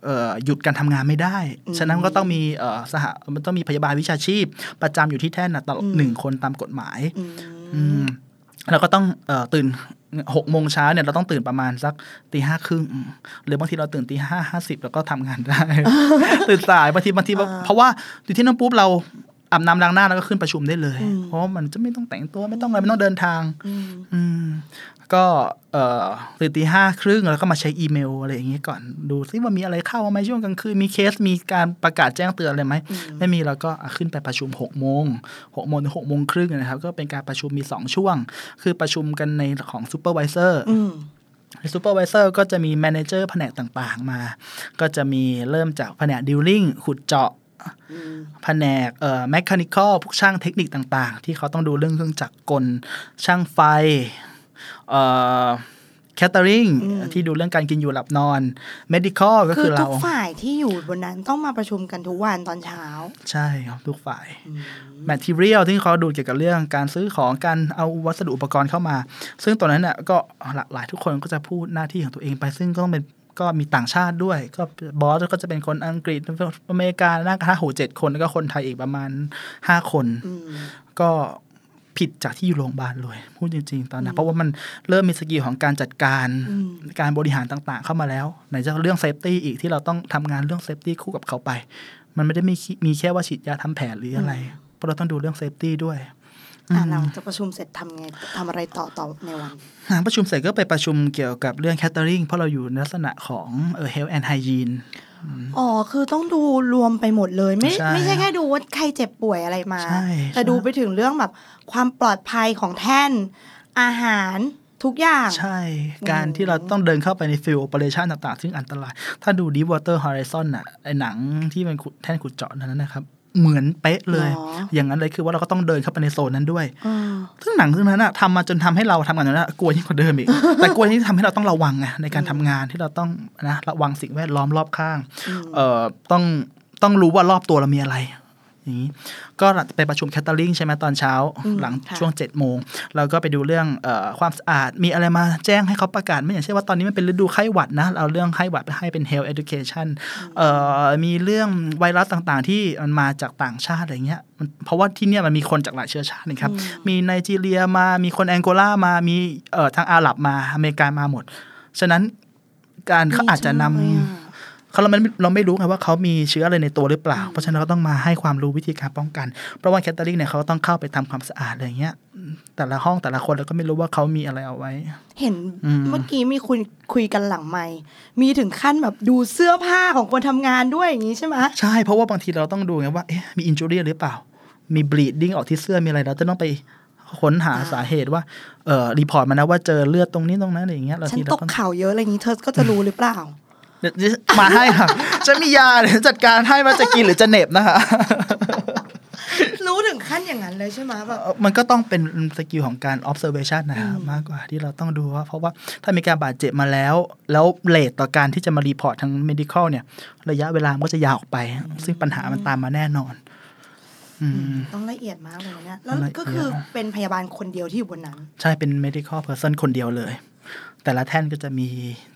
[SPEAKER 2] หยุดการทำงานไม่ได้ฉะนั้นก็ต้องมีมันต้องมีพยาบาลวิชาชีพประจำอยู่ที่แท่นตลอด1 คนตามกฎหมายแล้วก็ต้องตื่น6 โมงเช้าเนี่ยเราต้องตื่นประมาณสัก 5:30 หรือบางทีเราตื่น 5:50 แล้วก็ทำงานได้ ตื่นสายบางทีเพราะว่าอยู่ที่นั่นปุ๊บเราอาบน้ำล้างหน้าแล้วก็ขึ้นประชุมได้เลยเพราะมันจะไม่ต้องแต่งตัวไม่ต้องอะไรไม่ต้องเดินทางก็ตื่น 5:30 แล้วก็มาเช็คอีเมลอะไรอย่างเงี้ยก่อนดูซิว่ามีอะไรเข้ามาไหมช่วงกลางคืนมีเคสมีการประกาศแจ้งเตือนอะไรไหมไม่มีเราก็ขึ้นไปประชุม 6 โมงถึง 6:30 นะครับก็เป็นการประชุมมี2 ช่วงคือประชุมกันในของซูเปอร์ไวเซอร์ซูเปอร์ไวเซอร์ก็จะมีแมเนเจอร์แผนกต่างๆมาก็จะมีเริ่มจากแผนกดีลลิ่งขุดเจาะแผนกแมคคานิคอลพวกช่างเทคนิคต่างๆที่เขาต้องดูเรื่องเครื่องจักรกลช่างไฟแคทเตอริงที่ดูเรื่องการกินอยู่หลับนอน medical ก็คือเรา
[SPEAKER 3] ทุกฝ่ายที่อยู่บนนั้นต้องมาประชุมกันทุกวันตอนเช้า
[SPEAKER 2] ใช่ครับทุกฝ่าย material ที่เขาดูเกี่ยวกับเรื่องการซื้อของการเอาวัสดุอุปกรณ์เข้ามาซึ่งตอนนั้นน่ะก็หลากหลายทุกคนก็จะพูดหน้าที่ของตัวเองไปซึ่งก็มีต่างชาติด้วยก็บอสก็จะเป็นคนอังกฤษอเมริกาน่าจะ7 คนแล้วก็คนไทยอีกประมาณ5 คนก็ผิดจากที่อยู่โรงพยาบาลเลยพูดจริงๆตอนนั้นเพราะว่ามันเริ่มมีสกิลของการจัดการการบริหารต่างๆเข้ามาแล้วไหนจะเรื่องเซฟตี้อีกที่เราต้องทำงานเรื่องเซฟตี้คู่กับเขาไปมันไม่ได้มีแค่ว่าฉีดยาทำแผลหรืออะไรเพราะเราต้องดูเรื่องเซฟตี้ด้วย
[SPEAKER 3] เราจะประชุมเสร็จทำไงทำอะไรต่อในวัน
[SPEAKER 2] ประชุมเสร็จก็ไปประชุมเกี่ยวกับเรื่อง catering เพราะเราอยู่ในลักษณะของhealth and hygiene
[SPEAKER 3] คือต้องดูรวมไปหมดเลยไม่ใช่แค่ดูว่าใครเจ็บป่วยอะไรมาแต่ดูไปถึงเรื่องแบบความปลอดภัยของแท่นอาหารทุกอย่าง
[SPEAKER 2] ใช่การที่เราต้องเดินเข้าไปใน field operation ต่างๆซึ่งอันตรายถ้าดู Deepwater Horizon น่ะไอ้หนังที่มันแท่นขุดเจาะนั้นนะครับเหมือนเป๊ะเลยอย่างนั้นเลยคือว่าเราก็ต้องเดินเข้าไปในโซนนั้นด้วยซึ่งหนังเรื่องนั้นทำมาจนทำให้เราทำงานนั้นกลัวยิ่งกว่าเดิมอีก แต่กลัวที่ทำให้เราต้องระวังไงในการทำงานที่เราต้องนะระวังสิ่งแวดล้อมรอบข้างต้องรู้ว่ารอบตัวเรามีอะไรอย่างนี้ก็ไปประชุมแคทเตอริงใช่ไหมตอนเช้าหลังช่วง 7 โมงเราก็ไปดูเรื่องความสะอาดมีอะไรมาแจ้งให้เขาประกาศไม่อย่างเช่นว่าตอนนี้มันเป็นฤดูไข้หวัดนะเอาเรื่องไข้หวัดไปให้เป็น health education มีเรื่องไวรัสต่างๆที่มันมาจากต่างชาติอะไรเงี้ยเพราะว่าที่เนี่ยมันมีคนจากหลายเชื้อชาตินะครับมีไนจีเรียมามีคนแองโกลามามีทางอาหรับมาอเมริกามาหมดฉะนั้นการเขาอาจจะนำเราไม่รู้ไงว่าเขามีเชื้ออะไรในตัวหรือเปล่าเพราะฉะนั้นเราต้องมาให้ความรู้วิธีการป้องกันเพราะว่าแคทเตอริงเนี่ยเขาต้องเข้าไปทำความสะอาดอะไรอย่างเงี้ยแต่ละห้องแต่ละคนเราก็ไม่รู้ว่าเขามีอะไรเอาไว้
[SPEAKER 3] เห็นเมื่อกี้มีคุยกันหลังไมค์มีถึงขั้นแบบดูเสื้อผ้าของคนทำงานด้วยอย่างนี้ใช่ไหม
[SPEAKER 2] ใช่เพราะว่าบางทีเราต้องดูไงว่ามีอินจูรี่หรือเปล่ามีบลีดดิ้งออกที่เสื้อมีอะไรเราจะต้องไปค้นหาสาเหตุว่ารีพอร์ตมานะว่าเจอเลือดตรงนี้ตรงนั้นอะไรอย่างเงี้ย
[SPEAKER 3] ฉันตกข่าวเยอะอะไรอย่างนี้เธอก็จะรู้หรือเปล่า
[SPEAKER 2] มาให้ค่ะจะมียาเดี๋ยวจัดการให้ว่าจะกินหรือจะเหน็บนะคะ
[SPEAKER 3] รู้ถึงขั้นอย่างนั้นเลยใช่ไหมแบบ
[SPEAKER 2] มันก็ต้องเป็นสกิลของการ observation นะมากกว่าที่เราต้องดูว่าเพราะว่าถ้ามีการบาดเจ็บมาแล้วเรทต่อการที่จะมารีพอร์ตทาง medical เนี่ยระยะเวลามันก็จะยาวออกไปซึ่งปัญหามันตามมาแน่นอน
[SPEAKER 3] ต้องละเอียดมากเลยเนี่ยแล้วก็คือเป็นพยาบาลคนเดียวที่อยู่บนนั้น
[SPEAKER 2] ใช่เป็น medical person คนเดียวเลยแต่ละแท่นก็จะมี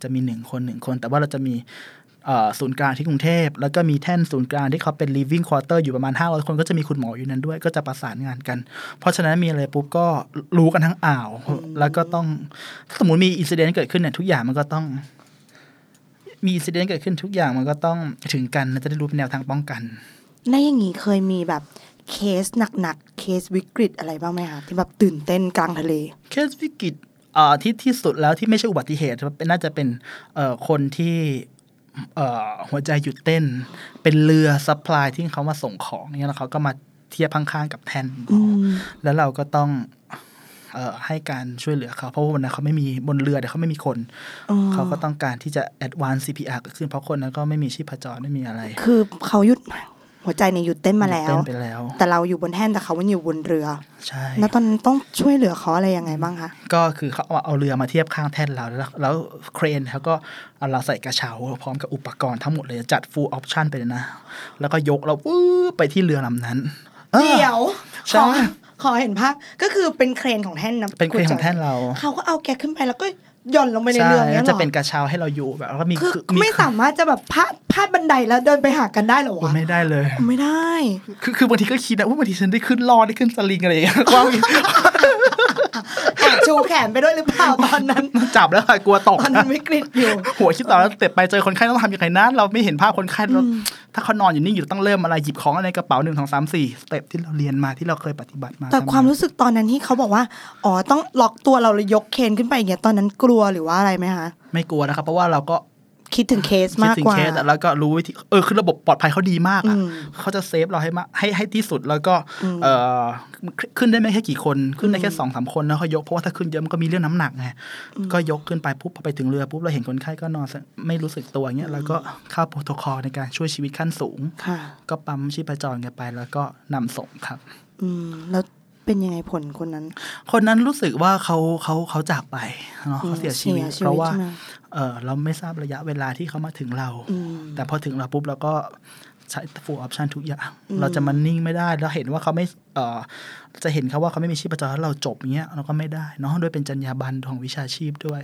[SPEAKER 2] 1 คนแต่ว่าเราจะมีศูนย์กลางที่กรุงเทพแล้วก็มีแท่นศูนย์กลางที่เขาเป็น living quarter อยู่ประมาณ500 คนก็จะมีคุณหมออยู่นั้นด้วยก็จะประสานงานกันเพราะฉะนั้นมีอะไรปุ๊บก็รู้กันทั้งอ่าวแล้วก็ต้องถ้าสมมุติมีอินซิเดนต์เกิดขึ้นเนี่ยทุกอย่างมันก็ต้องมีอินซิเดนต์เกิดขึ้นทุกอย่างมันก็ต้องถึงกันจะได้รู้เป็นแนวทางป้องกัน
[SPEAKER 3] ในอย่างนี้เคยมีแบบเคสหนักๆเคสวิกฤตอะไรบ้างไหมคะที่แบบตื่นเต้นกลางทะเล
[SPEAKER 2] เคสวิกฤตที่สุดแล้วที่ไม่ใช่อุบัติเหตุน่าจะเป็นคนที่หัวใจหยุดเต้นเป็นเรือซัพพลายที่เขามาส่งของเนี่ยแล้วเขาก็มาเทียบข้างๆกับแท่นแล้วเราก็ต้องให้การช่วยเหลือเขาเพราะว่าวันนั้นเขาไม่มีบนเรือแต่เขาไม่มีคนเขาก็ต้องการที่จะ advance CPR ขึ้นเพราะคนนั้นก็ไม่มีชีพจรไม่มีอะไร
[SPEAKER 3] คือเขาหยุดหัวใจในหยุดเต้นมาแล้วแต่เราอยู่บนแท่นแต่เขาวันอยู่บนเรือ
[SPEAKER 2] ใช่
[SPEAKER 3] แล้วตอนนั้นต้องช่วยเหลือเขาอะไรยังไงบ้างคะ
[SPEAKER 2] ก็คือเขาเอาเรือมาเทียบข้างแท่นเราแล้วเครนเขาก็เอาเราใส่กระเช้าพร้อมกับอุปกรณ์ทั้งหมดเลยจัด full option ไปเลยนะแล้วก็ยกเราไปที่เรือลำนั้น
[SPEAKER 3] เดี๋ยวขอเห็นภาพก็คือเป็นเครนของแท่นนะ
[SPEAKER 2] เป็นเครนของแท่นเรา
[SPEAKER 3] เขาก็เอาแกขึ้นไปแล้วก็หย่อนลงไปในเรือเนี่ยหรอ
[SPEAKER 2] จะเป็นกระเช้าให้เราอยู่แบบแล้วก็มี
[SPEAKER 3] คือไม่สามารถจะแบบพาดบันไดแล้วเดินไปหากันได้หรอวะ
[SPEAKER 2] ไม่ได้เลย
[SPEAKER 3] ไม่ได้
[SPEAKER 2] คือบางทีก็คิดนะว่าบางทีฉันได้ขึ้นลอดได้ขึ้นสลิงอะไรอย่างเงี้ยกว้าง
[SPEAKER 3] ชูแขนไปด้วยหรือเปล่าตอนนั้น
[SPEAKER 2] จับแล้วค่ะกลัวตก
[SPEAKER 3] ตอนนั้นไม่กริดอยู่
[SPEAKER 2] หัวคิดต่อแล้วเตะไปเจอคนไข้ต้องทำยังไงนะเราไม่เห็นภาพคนไข้แล้วถ้าเขานอนอยู่นิ่งอยู่ต้องเริ่มอะไรหยิบของในกระเป๋า1 2 3 4สเต็ปที่เราเรียนมาที่เราเคยปฏิบัติมา
[SPEAKER 3] แต่ความรู้สึกตอนนั้นที่เขาบอกว่าอ๋อต้องล็อกตัวเราเลยยกเคนขึ้นไปอย่างเงี้ยตอนนั้นกลัวหรือว่าอะไรไหมคะ
[SPEAKER 2] ไม่กลัวนะครับเพราะว่าเราก็
[SPEAKER 3] คิดถึงเคสมากกว่า
[SPEAKER 2] แล้วก็รู้วิธีคือระบบปลอดภัยเขาดีมากอ่ะเขาจะเซฟเราให้ที่สุดแล้วก็ขึ้นได้ไม่แค่กี่คนขึ้นได้แค่ 2-3 คนแล้วเขายกเพราะว่าถ้าขึ้นเยอะมันก็มีเรื่องน้ำหนักไงก็ยกขึ้นไปปุ๊บพอไปถึงเรือปุ๊บเราเห็นคนไข้ก็นอนไม่รู้สึกตัวเงี้ยแล้วก็เข้าโปรโตคอลในการช่วยชีวิตขั้นสูงก็ปั๊มชีพจรกันไปแล้วก็นำส่งครับ
[SPEAKER 3] แล้วเป็นยังไงผลคน
[SPEAKER 2] นั้นรู้สึกว่าเขาจากไปเนาะเขาเสียชีวิตเพราะว่าเราไม่ทราบระยะเวลาที่เขามาถึงเราแต่พอถึงเราปุ๊บเราก็ใช้ full option ทุกอย่างเราจะมันนิ่งไม่ได้แล้วเห็นว่าเขาไม่จะเห็นเขาว่าเขาไม่มีชีพจรแล้วเราจบเงี้ยเราก็ไม่ได้เนาะด้วยเป็นจรรยาบรรณของวิชาชีพด้วย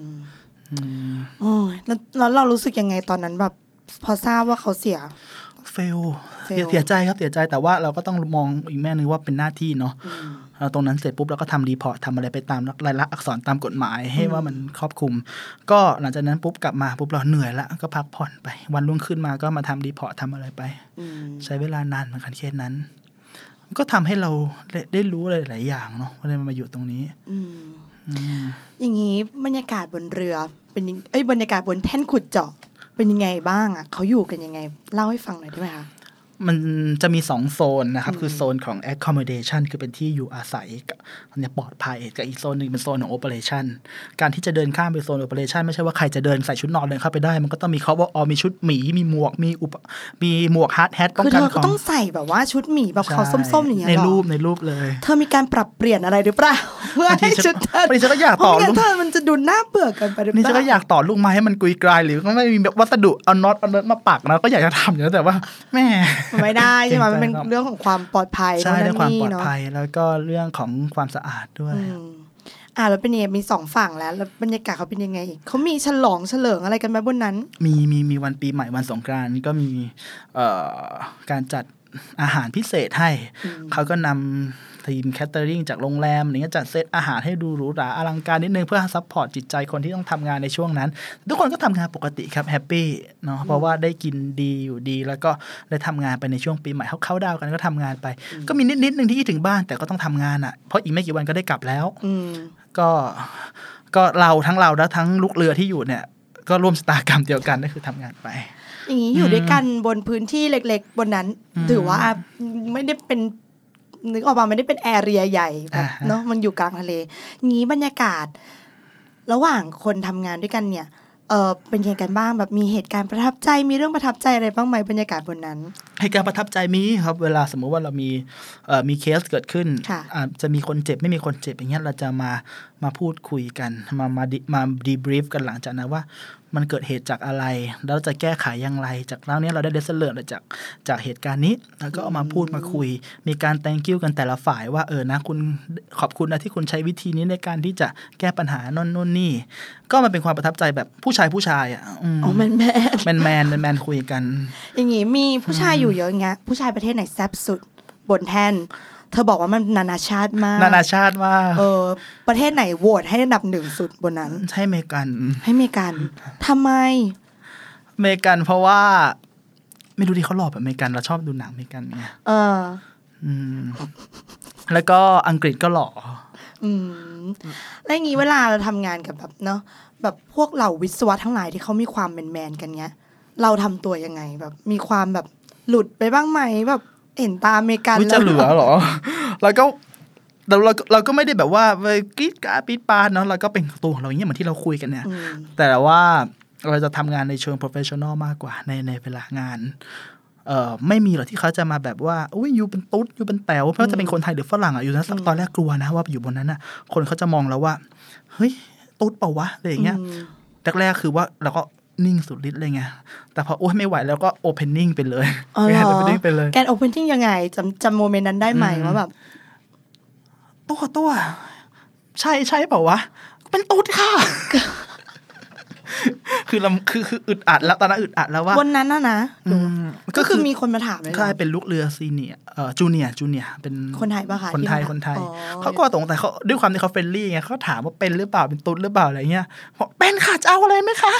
[SPEAKER 3] แล้วเรารู้สึกยังไงตอนนั้นแบบพอทราบว่าเขาเสีย
[SPEAKER 2] เสียใจครับเสียใจแต่ว่าเราก็ต้องมองอีกแม่นึงว่าเป็นหน้าที่เนาะตรงนั้นเสร็จปุ๊บเราก็ทำรีพอร์ตทำอะไรไปตามรายลักษณ์อักษรตามกฎหมายให้ว่ามันครอบคลุมก็หลังจากนั้นปุ๊บกลับมาปุ๊บเราเหนื่อยละก็พักผ่อนไปวันรุ่งขึ้นมาก็มาทำรีพอร์ตทำอะไรไปใช้เวลานานเหมือนกันเคสนั้นก็ทำให้เราได้รู้อะไรหลายอย่างเนาะว่ามันมาอยู่ตรงนี้
[SPEAKER 3] อย่างนี้บรรยากาศบนเรือเป็นบรรยากาศบนแท่นขุดเจาะเป็นยังไงบ้างอ่ะเขาอยู่กันยังไงเล่าให้ฟังหน่อยได้ไหมคะ
[SPEAKER 2] มันจะมี2โซนนะครับคือโซนของ accommodation คือเป็นที่อยู่อาศัยเนี่ยปลอดภัยกับอีกโซนนึงเป็นโซนของ operation การที่จะเดินข้ามไปโซน operation ไม่ใช่ว่าใครจะเดินใส่ชุดนอนเดินเข้าไปได้มันก็ต้องมีเขาว่ามีชุดหมีมีหมวกมีหมวก hard hat ป้องกันของคือ
[SPEAKER 3] เธอก็ต้องใส่แบบว่าชุดหมีแบบเขาส้มๆอย่างเงี้ย
[SPEAKER 2] ในรูปเลย
[SPEAKER 3] เธอมีการปรับเปลี่ยนอะไรหรือเปล่าเพื่อให้ชุดเธอ
[SPEAKER 2] นี่ฉันก็อยากต่อลูก
[SPEAKER 3] เธอมันจะดูน่าเบื่อกันไปหรือเปล่า
[SPEAKER 2] นี่ฉันก็อยากต่อลูกไม้ให้มันกุยกลายหรือก็ไม่มีวัสดุเอาน็อตมาปักนะก็อยากจะทำอยู่แต่ว่าแม่
[SPEAKER 3] ไม่ได้ใช่ไหมมันเป็นเรื่องของความปลอดภัย
[SPEAKER 2] ใช่เรื่องความปลอดภัยแล้วก็เรื่องของความสะอาดด้วย
[SPEAKER 3] แล้วเป็นยังไงมี2ฝั่งแล้วบรรยากาศเขาเป็นยังไงเขามีฉลองเฉลิงอะไรกันไหมบนนั้น
[SPEAKER 2] มีวันปีใหม่วันสงกรานต์ก็มีการจัดอาหารพิเศษให้เขาก็นำทีมแคทเตอริงจากโรงแรมอะไรเงี้ยจัดเซตอาหารให้ดูหรูหราอลังการนิดนึงเพื่อซัพพอร์ตจิตใจคนที่ต้องทำงานในช่วงนั้นทุกคนก็ทำงานปกติครับแฮปปี้เนาะเพราะว่าได้กินดีอยู่ดีแล้วก็ได้ทำงานไปในช่วงปีใหม่เขาดาวกันก็ทำงานไปก็มีนิดนึงที่คิดถึงบ้านแต่ก็ต้องทำงานอ่ะเพราะอีกไม่กี่วันก็ได้กลับแล้วก็เราแล้วทั้งลูกเรือที่อยู่เนี่ยก็ร่วมชะตากรรมเดียวกันก็คือทำงานไป
[SPEAKER 3] อย่างนี้อยู่ด้วยกันบนพื้นที่เล็กๆบนนั้นถือว่าไม่ได้เป็นนึกออกมาไม่ได้เป็นแอเรียใหญ่แบบเนาะมันอยู่กลางทะเลงี้บรรยากาศระหว่างคนทำงานด้วยกันเนี่ยเป็นยังไงกันบ้างแบบมีเหตุการณ์ประทับใจมีเรื่องประทับใจอะไรบ้างไหมบรรยากาศบนนั้น
[SPEAKER 2] เหตุการณ์ประทับใจมีครับเวลาสมมุติว่าเรามีเคสเกิดขึ้นจะมีคนเจ็บไม่มีคนเจ็บอย่างเงี้ยเราจะมาพูดคุยกันมาดีบรีฟกันหลังจากนั้นว่ามันเกิดเหตุจากอะไรแล้วจะแก้ไขอย่างไรจากแล้วเนี้ยเราได้เลสเลิร์นจากเหตุการณ์นี้แล้วก็เอามาพูดมาคุยมีการ thank you กันแต่ละฝ่ายว่านะคุณขอบคุณนะที่คุณใช้วิธีนี้ในการที่จะแก้ปัญหาโน่นนี่ก็มันเป็นความประทับใจแบบผู้ชายอ่ะแมนคุยกัน
[SPEAKER 3] อย่างงี้มีผู้ชายอยู่เยอะเงี้ยผู้ชายประเทศไหนแซ่บสุดบนแท่นเธอบอกว่ามันนานาชาติมากประเทศไหนโหวตให้อันดับ1สุดบนนั้น
[SPEAKER 2] ให้อเมริกัน
[SPEAKER 3] ทำไม
[SPEAKER 2] อเมริกันเพราะว่าไม่รู้ดิเขาหล่อแบบอเมริกันเราชอบดูหนังอเมริกันไงแล้วก็อังกฤษก็หล่อ
[SPEAKER 3] แล้วอย่างงี้เวลาเราทำงานกับแบบเนาะแบบพวกเหล่าวิศวะทั้งหลายที่เขามีความแมนๆกันเงี้ยเราทำตัวยังไงแบบมีความแบบหลุดไปบ้างไหมแบบเห็นตาอเมริกัน
[SPEAKER 2] แล้วจะเหลือหรอแล้วก็เราก็ไม่ได้แบบว่าไปกรี๊ดกราดปี๊ดปาดเนาะเราก็เป็นตัวของเราอย่างเงี้ยเหมือนที่เราคุยกันเนี่ยแต่ว่าเราจะทำงานในเชิง professional มากกว่าในเวลางานไม่มีหรอกที่เขาจะมาแบบว่าอุ้ยอยู่เป็นตุ๊ดอยู่เป็นแต๋วเพราะจะเป็นคนไทยหรือฝรั่งอยู่นะตอนแรกกลัวนะว่าอยู่บนนั้นน่ะคนเขาจะมองเราว่าเฮ้ยตุ๊ดเปล่าวะอะไรอย่างเงี้ยแรกๆคือว่าเราก็นิ่งสุดฤทธิ์เลยไงแต่พอโอ๊ยไม่ไหวแล้วก็โอเพนนิ่งไปเลย
[SPEAKER 3] การโอเพนนิ่งยังไงจำโมเมนต์นั้นได้ไหมว่าแบบ
[SPEAKER 2] ตัวใช่เปล่าวะเป็นตุ๊ดค่ะ คือเราคืออึดอัดแล้วตอนนั้นอึดอัดแล้วว่า
[SPEAKER 3] วันนั้นนะก็คือมีคนมาถามเลย
[SPEAKER 2] ใช่เป็นลูกเรือซีเนียจูเนียเป็น
[SPEAKER 3] คนไทยป่ะคะ
[SPEAKER 2] คนไทยเขาก็ตรงแต่เขาด้วยความที่เขาเฟรนลี่ไงเขาถามว่าเป็นหรือเปล่าเป็นตุ๊ดหรือเปล่าอะไรเงี้ยบอกเป็นค่ะจะเอาอะไรไหมคะ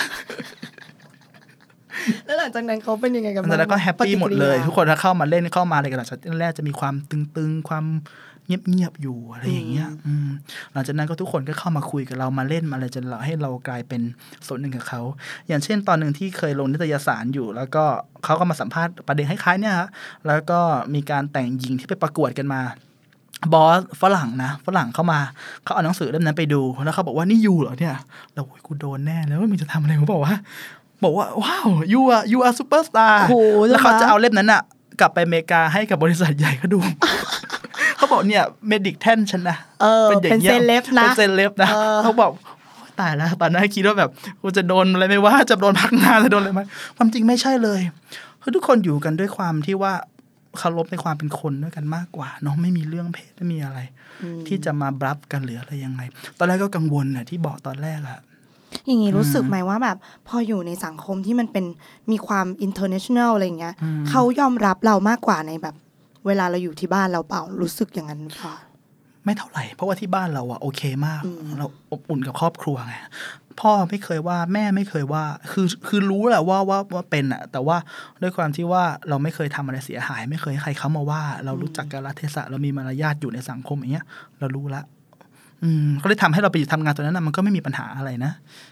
[SPEAKER 3] แล้วหลังจากนั้นเขาเป็นยังไงกันบ้าง
[SPEAKER 2] แล้วก็แฮปปี้หมดเลยทุกคนถ้าเข้ามาเล่นเข้ามาอะไรกันหลังจากแรกจะมีความตึงๆความเงียบๆอยู่อะไรอย่างเงี้ยหลังจากนั้นก็ทุกคนก็เข้ามาคุยกับเรามาเล่นมาอะไรจนเราให้เรากลายเป็นส่วนหนึ่งกับเขาอย่างเช่นตอนนึงที่เคยลงนิตยสารอยู่แล้วก็เขาก็มาสัมภาษณ์ประเด็นคล้ายๆเนี่ยฮะแล้วก็มีการแต่งหญิงที่ไปประกวดกันมาบอสฝรั่งเข้ามาเขาเอาหนังสือเล่มนั้นไปดูแล้วเขาบอกว่านี่ยูเหรอเนี่ยเราโอ้ยกูโดนแน่แล้วมึงจะทำอะไรกูบอกว่าว้าวยูอาซูเปอร์สตาร์แล้วเขาจะเอาเล่มนั้นอะกลับไปอเมริกาให้กับบริษัทใหญ่เขาดู เขาบอกเนี่ยเมดิกแทนฉันนะ
[SPEAKER 3] เป็นเซเลบ
[SPEAKER 2] นะเขาบอกตายแล้วตอนนั้นคิดว่าแบบกูจะโดนอะไรไม่ว่าจะโดนพักงานจะโดนอะไรไหมความจริงไม่ใช่เลยคือทุกคนอยู่กันด้วยความที่ว่าเคารพในความเป็นคนด้วยกันมากกว่าเนาะไม่มีเรื่องเพศไม่มีอะไรที่จะมาบลัฟกันหรืออะไรยังไงตอนแรกก็กังวลน่ะที่บอกตอนแรกอะ
[SPEAKER 3] อย่างนี้รู้สึกไหมว่าแบบพออยู่ในสังคมที่มันเป็นมีความ international อะไรอย่างเงี้ยเขายอมรับเรามากกว่าในแบบเวลาเราอยู่ที่บ้านเราเปล่ารู้สึกอย่างนั้นป่ะ
[SPEAKER 2] ไม่เท่าไหร่เพราะว่าที่บ้านเราอะโอเคมากเราอบอุ่นกับครอบครัวไงพ่อไม่เคยว่าแม่ไม่เคยว่าคือรู้แหละว่าเป็นอะแต่ว่าด้วยความที่ว่าเราไม่เคยทำอะไรเสียหายไม่เคยให้ใครเขามาว่าเรารู้จักกาลเทศะเรามีมารยาทอยู่ในสังคมอย่างเงี้ยเรารู้ละก็เลยทำให้เราไปทำงานตัวนั้นนะมันก็ไม่มีปัญหาอะไรนะ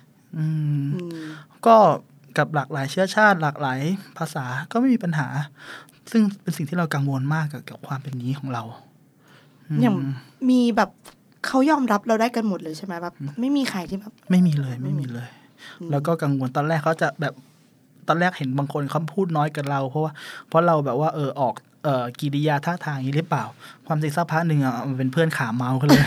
[SPEAKER 2] ก็กับหลากหลายเชื้อชาติหลากหลายภาษาก็ไม่มีปัญหาซึ่งเป็นสิ่งที่เรากังวลมากกับความเป็นนี้ของเรา
[SPEAKER 3] อย่างมีแบบเขายอมรับเราได้กันหมดเลยใช่ไหมแบบไม่มีใครที่แบบ
[SPEAKER 2] ไม่มีเลยแล้วก็กังวลตอนแรกเขาจะแบบตอนแรกเห็นบางคนเขาพูดน้อยกับเราเพราะเราแบบว่าออกกิริยาท่าทางอย่างนี้หรือเปล่าความจริงสักพักนึงอ่ะมันเป็นเพื่อนขาเมากันเลย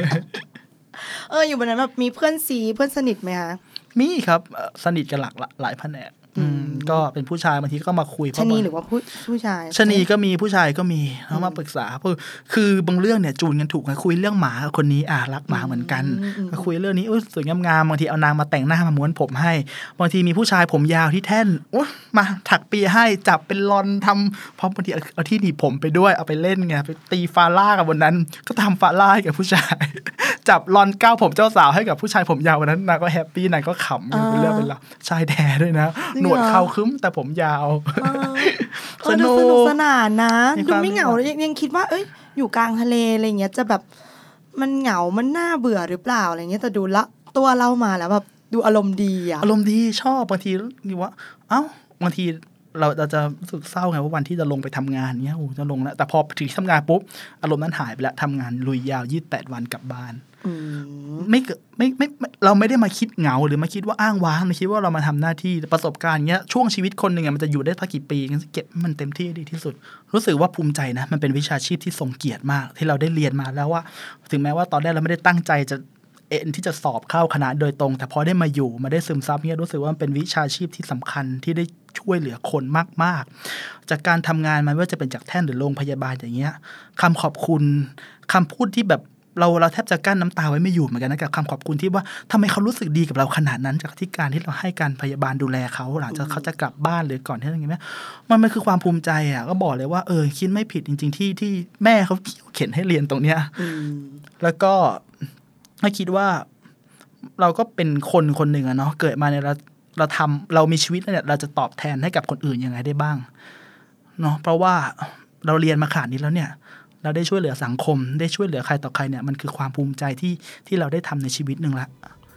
[SPEAKER 3] อยู่บนนั้นแบบมีเพื่อนซีเพื่อนสนิทไหมคะ
[SPEAKER 2] มีครับสนิทกันหลายแผนกก็เป็นผู้ชายบางทีก็มาคุย
[SPEAKER 3] ชนีหรือว่าผู้ชาย
[SPEAKER 2] ชนีก็มีผู้ชายก็มีเขามาปรึกษาคือบางเรื่องเนี่ยจูนกันถูกไงคุยเรื่องหมาคนนี้รักหมาเหมือนกันคุยเรื่องนี้สวยงามๆบางทีเอานางมาแต่งหน้ามาม้วนผมให้บางทีมีผู้ชายผมยาวที่แท่นมาถักปีให้จับเป็นลอนทำพร้อมบางทีเอาที่หนีผมไปด้วยเอาไปเล่นไงไปตีฟาร่ากับบนนั้นก็ทำฟาร่าให้กับผู้ชายจับลอนก้าวผมเจ้าสาวให้กับผู้ชายผมยาววันนั้นนางก็แฮปปี้นางก็ขำเป็นเรื่องเป็นราวชายแท้ด้วยนะหนวดเขาคึ้มแต่ผมยาว
[SPEAKER 3] สนุกสนานนะดูไม่เหงายังคิดว่าอยู่กลางทะเลอะไรเงี้ยจะแบบมันเหงามันน่าเบื่อหรือเปล่าอะไรเงี้ยแต่ดูละตัวเล่ามาแล้วแบบดูอารมณ์ดีอ
[SPEAKER 2] ารมณ์ดีชอบบางทีนี่ว่าบางทีเราจะรู้สึกเศร้าไงว่าวันที่จะลงไปทำงานเนี้ยจะลงแล้วแต่พอถึงทำงานปุ๊บอารมณ์นั้นหายไปแล้วทำงานลุยยาว28 วันกลับบ้านไม่เราไม่ได้มาคิดเหงาหรือมาคิดว่าอ้างว้างมาคิดว่าเรามาทำหน้าที่ประสบการณ์เงี้ยช่วงชีวิตคนหนึ่งมันจะอยู่ได้สักกี่ปีเก็บมันเต็มที่ดีที่สุดรู้สึกว่าภูมิใจนะมันเป็นวิชาชีพที่ทรงเกียรติมากที่เราได้เรียนมาแล้วว่าถึงแม้ว่าตอนแรกเราไม่ได้ตั้งใจจะที่จะสอบเข้าคณะโดยตรงแต่พอได้มาอยู่มาได้ซึมซับเนี่ยรู้สึกว่ามันเป็นวิชาชีพที่สำคัญที่ได้ช่วยเหลือคนมากๆจากการทำงานมันว่าจะเป็นจากแท่นหรือโรงพยาบาลอย่างเงี้ยคำขอบคุณคำพูดที่แบบเราแทบจะกั้นน้ำตาไว้ไม่อยู่เหมือนกันนะกับคำขอบคุณที่ว่าทำไมเขารู้สึกดีกับเราขนาดนั้นจากที่การที่เราให้การพยาบาลดูแลเขาหลังจากเขาจะกลับบ้านหรือก่อนที่อะไรเงี้ยมันคือความภูมิใจอ่ะก็บอกเลยว่าคิดไม่ผิดจริงๆที่แม่เขาเขียนให้เรียนตรงเนี้ยแล้วก็ให้คิดว่าเราก็เป็นคนหนึ่งอะเนาะเกิดมาเนี่ยเรามีชีวิตเนี่ยเราจะตอบแทนให้กับคนอื่นยังไงได้บ้างเนาะเพราะว่าเราเรียนมาขนาดนี้แล้วเนี่ยเราได้ช่วยเหลือสังคมได้ช่วยเหลือใครต่อใครเนี่ยมันคือความภูมิใจที่เราได้ทำในชีวิตหนึ่งละ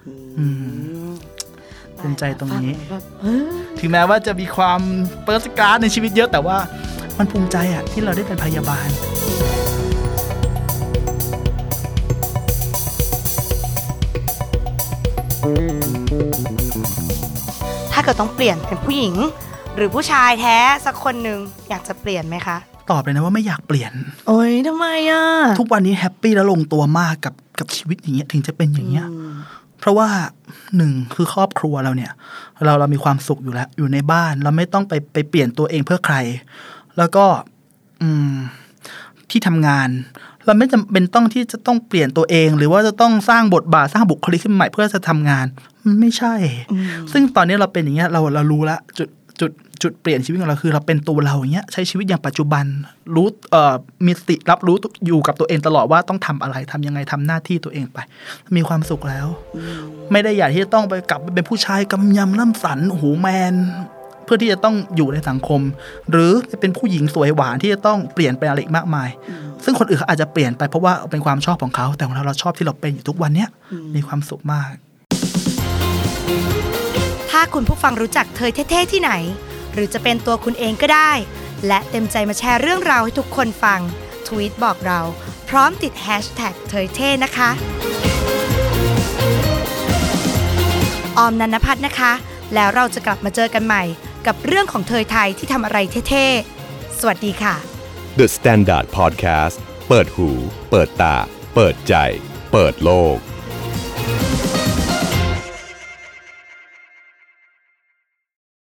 [SPEAKER 2] ภูมิใจตรงนี้ถึงแม้ว่าจะมีความเปิร์สการ์ดในชีวิตเยอะแต่ว่ามันภูมิใจอะที่เราได้เป็นพยาบาล
[SPEAKER 3] ถ้าเกิดต้องเปลี่ยนเป็นผู้หญิงหรือผู้ชายแท้สักคนหนึ่งอยากจะเปลี่ยนไหมคะ
[SPEAKER 2] ตอบเลยนะว่าไม่อยากเปลี่ยน
[SPEAKER 3] โอ๊ยทำไมอ่ะ
[SPEAKER 2] ทุกวันนี้แฮปปี้และลงตัวมากกับชีวิตอย่างเงี้ยถึงจะเป็นอย่างเงี้ยเพราะว่า1คือครอบครัวเราเนี่ยเรามีความสุขอยู่แล้วอยู่ในบ้านเราไม่ต้องไปเปลี่ยนตัวเองเพื่อใครแล้วก็ที่ทำงานเราไม่จำเป็นต้องที่จะต้องเปลี่ยนตัวเองหรือว่าจะต้องสร้างบทบาทสร้างบุคลิกขึ้นใหม่เพื่อจะทำงานมันไม่ใช่ซึ่งตอนนี้เราเป็นอย่างเงี้ยเรารู้ละจุดเปลี่ยนชีวิตของเราคือเราเป็นตัวเราอย่างเงี้ยใช้ชีวิตอย่างปัจจุบันรู้มีสติรับรู้อยู่กับตัวเองตลอดว่าต้องทำอะไรทำยังไงทำหน้าที่ตัวเองไปมีความสุขแล้วไม่ได้อยากที่จะต้องไปกลับไปเป็นผู้ชายกำยำล่ำสันหูแมนเพื่อที่จะต้องอยู่ในสังคมหรือเป็นผู้หญิงสวยหวานที่จะต้องเปลี่ยนไปอะไรอีกมากมายซึ่งคนอื่นเขาอาจจะเปลี่ยนไปเพราะว่าเป็นความชอบของเขาแต่ของเราชอบที่เราเป็นอยู่ทุกวันเนี้ยมีความสุขมาก
[SPEAKER 3] ถ้าคุณผู้ฟังรู้จักเธอเท่ๆที่ไหนหรือจะเป็นตัวคุณเองก็ได้และเต็มใจมาแชร์เรื่องราวให้ทุกคนฟังทวีตบอกเราพร้อมติด hashtag เธอเท่นะคะออมนันทภัทรนะคะแล้วเราจะกลับมาเจอกันใหม่กับเรื่องของเธอไทยที่ทำอะไรเท่ๆสวัสดีค่ะ
[SPEAKER 4] The Standard Podcast เปิดหูเปิดตาเปิดใจเปิดโลก